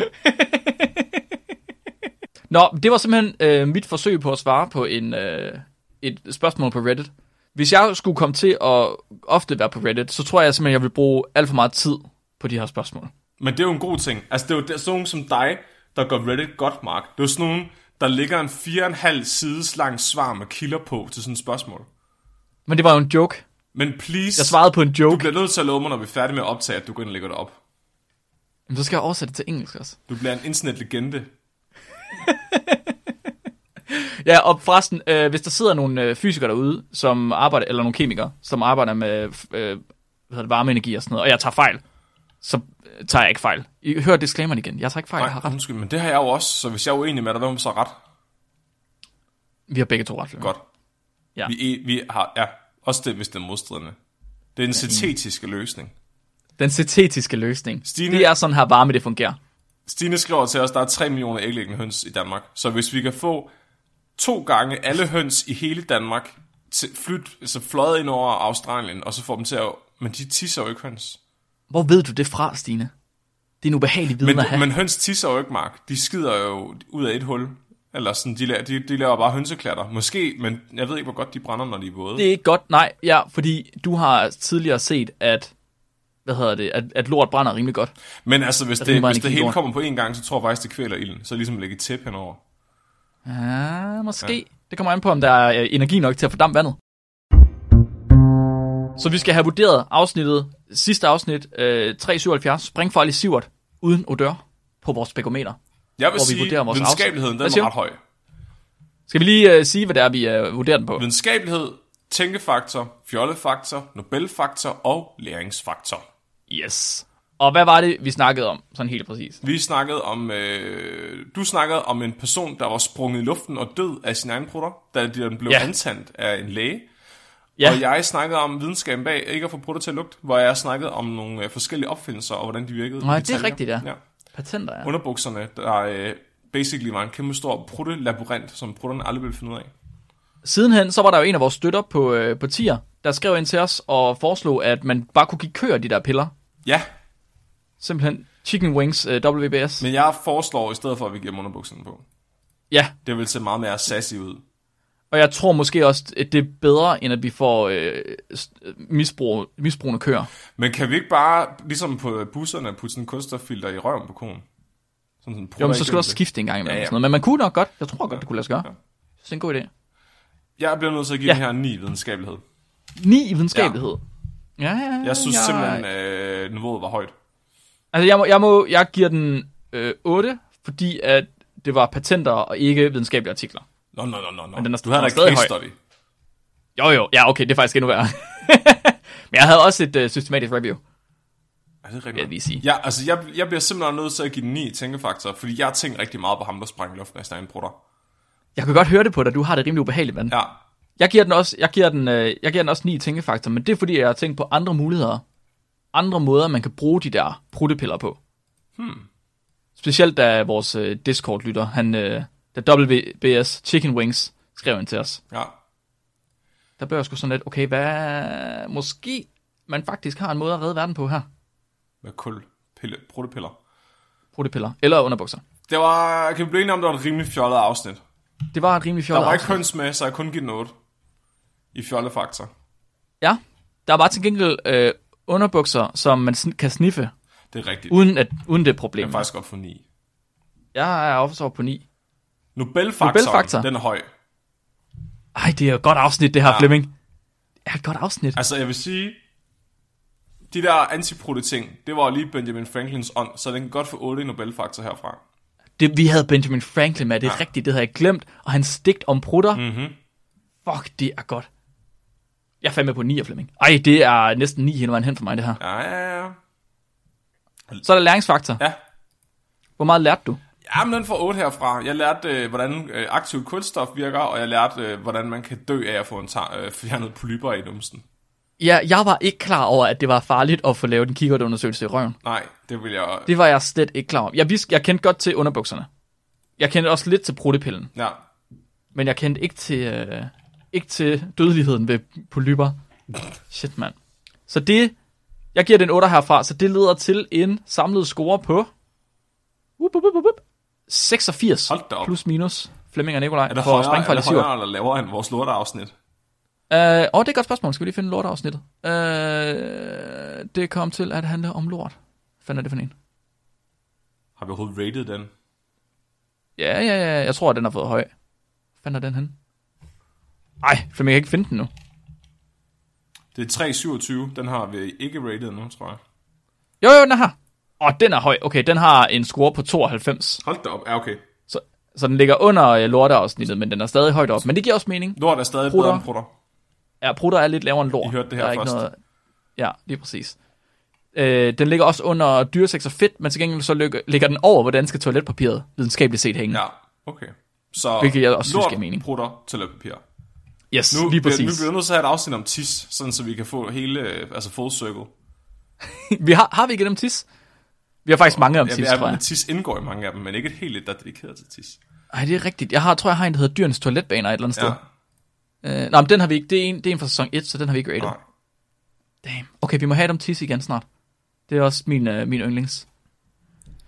Nå, det var simpelthen øh, mit forsøg på at svare på en, øh, et spørgsmål på Reddit. Hvis jeg skulle komme til at ofte være på Reddit, så tror jeg simpelthen, at jeg vil bruge alt for meget tid på de her spørgsmål. Men det er jo en god ting. Altså, det er jo sådan nogen som dig, der gør Reddit godt, Mark. Det er jo sådan nogen, der ligger en fire og en halv sides lang svar med kilder på til sådan et spørgsmål. Men det var jo en joke. Men please, jeg svarede på en joke. Du bliver nødt til at love mig, når vi er færdige med at optage, at du går ind og lægger det op. Men så skal jeg oversætte det til engelsk også. Du bliver en internetlegende. Ja, og forresten, øh, hvis der sidder nogle øh, fysikere derude, som arbejder, eller nogle kemikere, som arbejder med øh, hvad hedder det, varmeenergi og sådan noget, og jeg tager fejl, så øh, tager jeg ikke fejl. I hører disclaimeren igen. Jeg tager ikke fejl, Nej, jeg har ret. Undskyld, men det har jeg jo også, så hvis jeg er uenig med dig, hvem så ret? Vi har begge to ret. Godt. Ja. Vi, vi har, ja, også det, hvis det er modstridende. Det er en syntetiske løsning. Den syntetiske løsning. Stine, det er sådan her varme, det fungerer. Stine skriver til os, der er tre millioner æglæggende høns i Danmark. Så hvis vi kan få to gange alle høns i hele Danmark til flyt, så fløjet ind over Australien, og så får dem til at... Men de tisser jo ikke høns. Hvor ved du det fra, Stine? Det er en ubehagelig viden men, at have. Men høns tisser jo ikke, Mark. De skider jo ud af et hul. Eller sådan, de, de, de laver bare hønseklatter. Måske, men jeg ved ikke, hvor godt de brænder, når de er våde. Det er ikke godt, nej. Ja, fordi du har tidligere set, at, hvad hedder det, at, at lort brænder rimelig godt. Men altså, hvis Der det, er hvis det hele lort. kommer på en gang, så tror jeg faktisk, det kvæler ilden. Så ligesom lægge et tæp henover. Ja, måske. Ja. Det kommer an på, om der er øh, energi nok til at fordampe vandet. Så vi skal have vurderet afsnittet, sidste afsnit, øh, tre syvoghalvfjerds, springfarlig Sivert, uden odør, på vores spekometer. Jeg vil hvor vi sige, vurderer vores videnskabeligheden, Hvad den siger er du? ret høj. Skal vi lige øh, sige, hvad det er, vi øh, vurderer den på? Videnskabelighed, tænkefaktor, fjollefaktor, Nobelfaktor og læringsfaktor. Yes. Og hvad var det, vi snakkede om, sådan helt præcis? Vi snakkede om, øh, du snakkede om en person, der var sprunget i luften og død af sin egen prutter, da den blev Ja. antændt af en læge. Ja. Og jeg snakkede om videnskaben bag ikke at få prutter til at lugte, hvor jeg snakkede om nogle øh, forskellige opfindelser og hvordan de virkede. Nej, i det er detaljer. rigtigt, ja. ja. Patenter, ja. Underbukserne, der øh, basically var en kæmpe stor pruttelabyrint, som prutterne aldrig ville finde ud af. Sidenhen, så var der jo en af vores støtter på, øh, på tier, der skrev ind til os og foreslog, at man bare kunne give køer de der piller. Ja, Simpelthen Chicken Wings øh, W B S. men jeg foreslår i stedet for, at vi giver dem underbukserne på. Ja, Det vil se meget mere sassy ud. og jeg tror måske også, at det er bedre, end at vi får øh, misbrug, misbrugende køer. Men kan vi ikke bare, ligesom på busserne, putte sådan en kunststoffilter i røven på konen? Sådan, sådan Jo, men så skal du også skifte en gang imellem. Ja, Ja, ja. ja. Sådan noget. Men man kunne nok godt. Jeg tror godt, Ja. det kunne lade sig gøre. Ja. Ja. Det er en god idé. Jeg bliver nødt til at give Ja. den her ni videnskabelighed. Ni i videnskabelighed. Ja, ja, ja. Jeg synes jeg, simpelthen, øh, niveauet var højt. Altså, jeg, må, jeg, må, jeg giver den øh, otte, fordi at det var patenter og ikke videnskabelige artikler. Nå, nå, nå, nå, nå. Men den er- Du havde den er da stadig case høj. study. Jo, jo. Ja, okay. Det er faktisk endnu værre. Men jeg havde også et øh, systematisk review, Er det vil rigtigt? jeg lige sige. Ja, altså jeg, jeg bliver simpelthen nødt til at give den ni i tænkefaktor, fordi jeg har tænkt rigtig meget på ham, der sprang i luften af sin egen prutter. Jeg kan godt høre det på dig. Du har det rimelig ubehageligt, mand. Ja, Jeg giver den også, jeg giver den, øh, jeg giver den også ni i tænkefaktor, men det er fordi, jeg har tænkt på andre muligheder. Andre måder, man kan bruge de der pruttepiller på. Hmm. Specielt da vores øh, Discord-lytter, han, øh, da W B S Chicken Wings skrev ind til os. ja. Der blev jeg sgu sådan lidt, okay, hvad, måske man faktisk har en måde at redde verden på her. Med kul, pille, pruttepiller. Pruttepiller. Eller underbukser. Det var, kan vi blive enige om, det var et rimelig fjollet afsnit. Det var et rimelig Der fjollet var ikke afsnit. høns med, så jeg kun give den otte. I fjollefaktor. Ja, der var til gengæld øh, underbukser, som man sn- kan sniffe, Det er rigtigt. uden, at, uden det er Jeg problem. kan faktisk godt få ni. Jeg er også over på ni. Nobelfaktoren, Nobelfaktor. den er høj. Ej, det er et godt afsnit, det her, Ja. ja. Flemming. Det er et godt afsnit. Altså, jeg vil sige, de der antiprutte-ting, det var lige Benjamin Franklins ånd, så den kan godt få otte i Nobelfaktor herfra. Det, vi havde Benjamin Franklin med, det er Ja. ja. rigtigt, det havde jeg glemt. Og hans stigt om prutter, Mhm. fuck, det er godt. Jeg er fandme på ni af Flemming. Ej, det er næsten ni hele vejen hen for mig, det her. Ja, ja, ja. Så er der læringsfaktor. Ja, Hvor meget lærte du? Jamen, den får otte herfra. Jeg lærte, øh, hvordan øh, aktiv kulstof virker, og jeg lærte, øh, hvordan man kan dø af at få en tar- øh, fjernet polypper i numsen. Ja, jeg var ikke klar over, at det var farligt at få lavet en kikkertundersøgelse i røven. Nej, det vil jeg... Det var jeg slet ikke klar over. Jeg, vidste, jeg kendte godt til underbukserne. Jeg kendte også lidt til pruttepillen. Ja, Men jeg kendte ikke til, øh, ikke til dødeligheden ved polypper. Shit, mand. Så det... Jeg giver den otte herfra, så det leder til en samlet score på... Up, up, up, up, up. seksogfirs. Hold da op. Plus minus. Flemming og Nikolaj. er det for højere, er springfarlig det Sivert. højere eller lavere end vores lorteafsnit? Øh, åh, det er et godt spørgsmål. Skal vi lige finde lorteafsnittet? Øh, det kom til at handle om lort. Hvad fanden er det for en? Har vi overhovedet rated den? Ja, ja, ja. Jeg tror, at den har fået høj. Hvad fanden er den hen? Ej, Flemming, jeg kan ikke finde den nu. Det er tre syvogtyve. Den har vi ikke rated nu, tror jeg. Jo, jo, den er her. Åh, den er høj. Okay, den har en score på tooghalvfems. Hold da op. Ja, okay. Så, så den ligger under øh, lorteafsnittet, men den er stadig højt op. Men det giver også mening. Lort er stadig Prutter. bedre end prutter. Ja, prutter er lidt lavere end lort. I hørte det her Der er ikke først. noget... Ja, lige præcis. Øh, den ligger også under dyresex og fedt, men til gengæld så ligger, ligger den over, hvordan skal toiletpapiret videnskabeligt set hænge. Ja, okay. Så Hvilket jeg også synes lort, giver mening. prutter, toiletpapir. Yes, Nu, lige bliver, præcis. nu bliver vi nødt til at have et afsnit om tis, sådan så vi kan få hele, øh, altså full circle. vi har, har vi ikke dem tis? Vi har faktisk mange om Ja, tis, ja, tror jeg. tis indgår i mange af dem, men ikke et helt et, der er dedikeret til tis. Ej, det er rigtigt. Jeg har, tror, jeg har en, der hedder Dyrenes Toiletbaner et eller andet Ja. sted. Øh, nej, men den har vi ikke. Det er en, det er en fra sæson et, så den har vi ikke rated. Nej. Damn. Okay, vi må have dem tis igen snart. Det er også min, øh, min yndlings.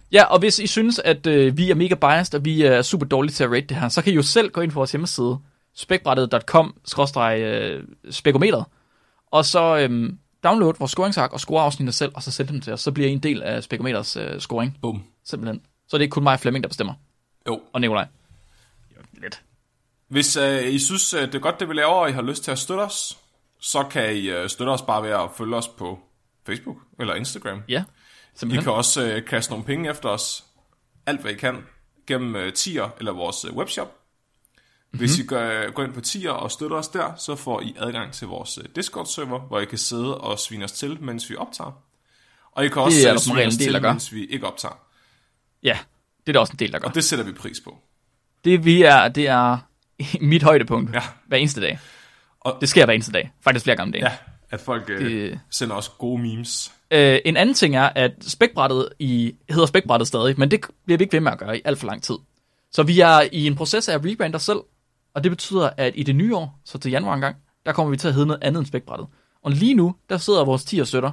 Ja, og hvis I synes, at øh, vi er mega biased, og vi er super dårlige til at rate det her, så kan I jo selv gå ind på vores hjemmeside, spækbrættet punktum com skråstreg spekometeret, og så øhm, download vores scoringsark og score afsnittet selv, og så send dem til os. Så bliver I en del af Spekometers øh, scoring. Boom. Simpelthen. Så det er ikke kun mig og Flemming, der bestemmer. Jo. Og Nikolaj. Jo, lidt. Hvis øh, I synes, at det er godt, det vi laver, og I har lyst til at støtte os, så kan I øh, støtte os bare ved at følge os på Facebook eller Instagram. Ja, simpelthen. I kan også øh, kaste nogle penge efter os, alt hvad I kan, gennem øh, Tier eller vores øh, webshop. Hvis mm-hmm. I gør, går ind på Tier og støtter os der, så får I adgang til vores Discord-server, hvor I kan sidde og svine os til, mens vi optager. Og I kan også uh, svine os til, mens vi ikke optager. Ja, det er der også en del, der gør. Og det sætter vi pris på. Det, vi er, det er mit højdepunkt ja. hver eneste dag. Og det sker hver eneste dag. Faktisk flere gange om dagen. Ja, at folk det, øh, sender os gode memes. Øh, en anden ting er, at spækbrættet i, hedder spækbrættet stadig, men det bliver vi ikke ved med at gøre i alt for lang tid. Så vi er i en proces af at rebrande os selv. Og det betyder, at i det nye år, så til januar engang, der kommer vi til at hedde noget andet end spækbrættet. Og lige nu, der sidder vores tier-støtter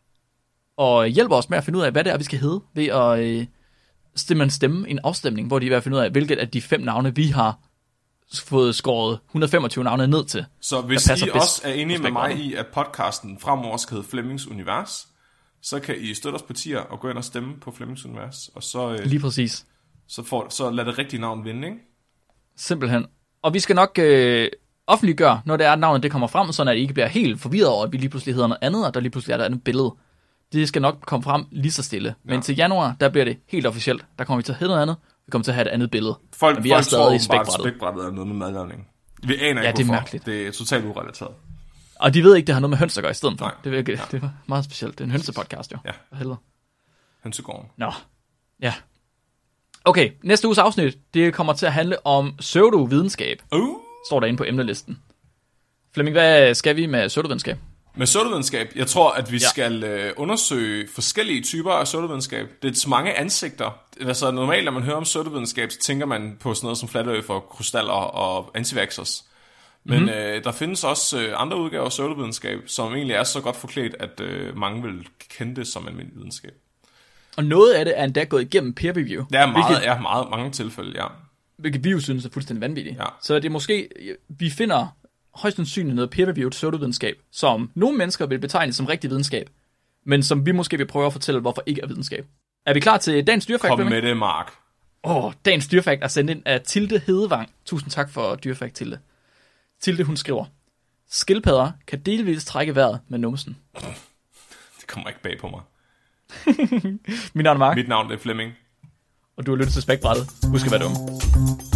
og hjælper os med at finde ud af, hvad det er, vi skal hedde, ved at øh, stemme, stemme en afstemning, hvor de er ved at finde ud af, hvilket af de fem navne, vi har fået skåret et hundrede og femogtyve navne ned til. Så hvis I også er enige med mig i, at podcasten fremover skal hedde Flemmings Univers, så kan I støtte os på tier og gå ind og stemme på Flemmings Univers. Og så, øh, lige præcis. Så, får, så lad det rigtige navn vinde, ikke? Simpelthen. Og vi skal nok øh, offentliggøre, når det er, at navnet det kommer frem, så at I ikke bliver helt forvirret over, at vi lige pludselig hedder noget andet, og der lige pludselig er der et andet billede. Det skal nok komme frem lige så stille. Men ja. Til januar, der bliver det helt officielt. Der kommer vi til at hedde noget andet. Vi kommer til at have et andet billede. Folk, vi folk er stadig tror, i spækbrættet. spækbrættet er noget med madlavning. Vi aner ja, ikke, det er hvorfor. Mærkeligt. Det er totalt urelateret. Og de ved ikke, det har noget med høns at gøre i stedet for. Nej. Det, er, ja. det er meget specielt. Det er en hønsepodcast, jo. Ja. For helvede. Hønsegården. Nå. Ja. Okay, næste uges afsnit, det kommer til at handle om pseudovidenskab. Uh. Står der inde på emnelisten. Flemming, hvad skal vi med pseudovidenskab? Med pseudovidenskab? Jeg tror, at vi ja. skal øh, undersøge forskellige typer af pseudovidenskab. Det er så mange ansigter. Altså normalt, når man hører om pseudovidenskab, så tænker man på sådan noget som flat earth og krystaller og antivaxxers. Men mm-hmm. øh, der findes også øh, andre udgaver af pseudovidenskab, som egentlig er så godt forklædt, at øh, mange vil kende det som almindelig videnskab. Og noget af det er endda gået igennem peer review. Det er meget, hvilket, ja, meget mange tilfælde, ja. Hvilket vi jo synes er fuldstændig vanvittigt. Ja. Så det er måske, vi finder højst sandsynligt noget peer-reviewed pseudovidenskab, som nogle mennesker vil betegne som rigtig videnskab, men som vi måske vil prøve at fortælle, hvorfor ikke er videnskab. Er vi klar til dagens dyrefakt? Kom med det, Mark. Åh, oh, dagens dyrefakt er sendt ind af Tilde Hedevang. Tusind tak for dyrefakt, Tilde. Tilde, hun skriver: skildpadder kan delvis trække vejret med numsen. Det kommer ikke bag på mig. Mit navn er Mark. Mit navn er Flemming. Og du har lyttet til Spækbrættet. Husk at være dumme.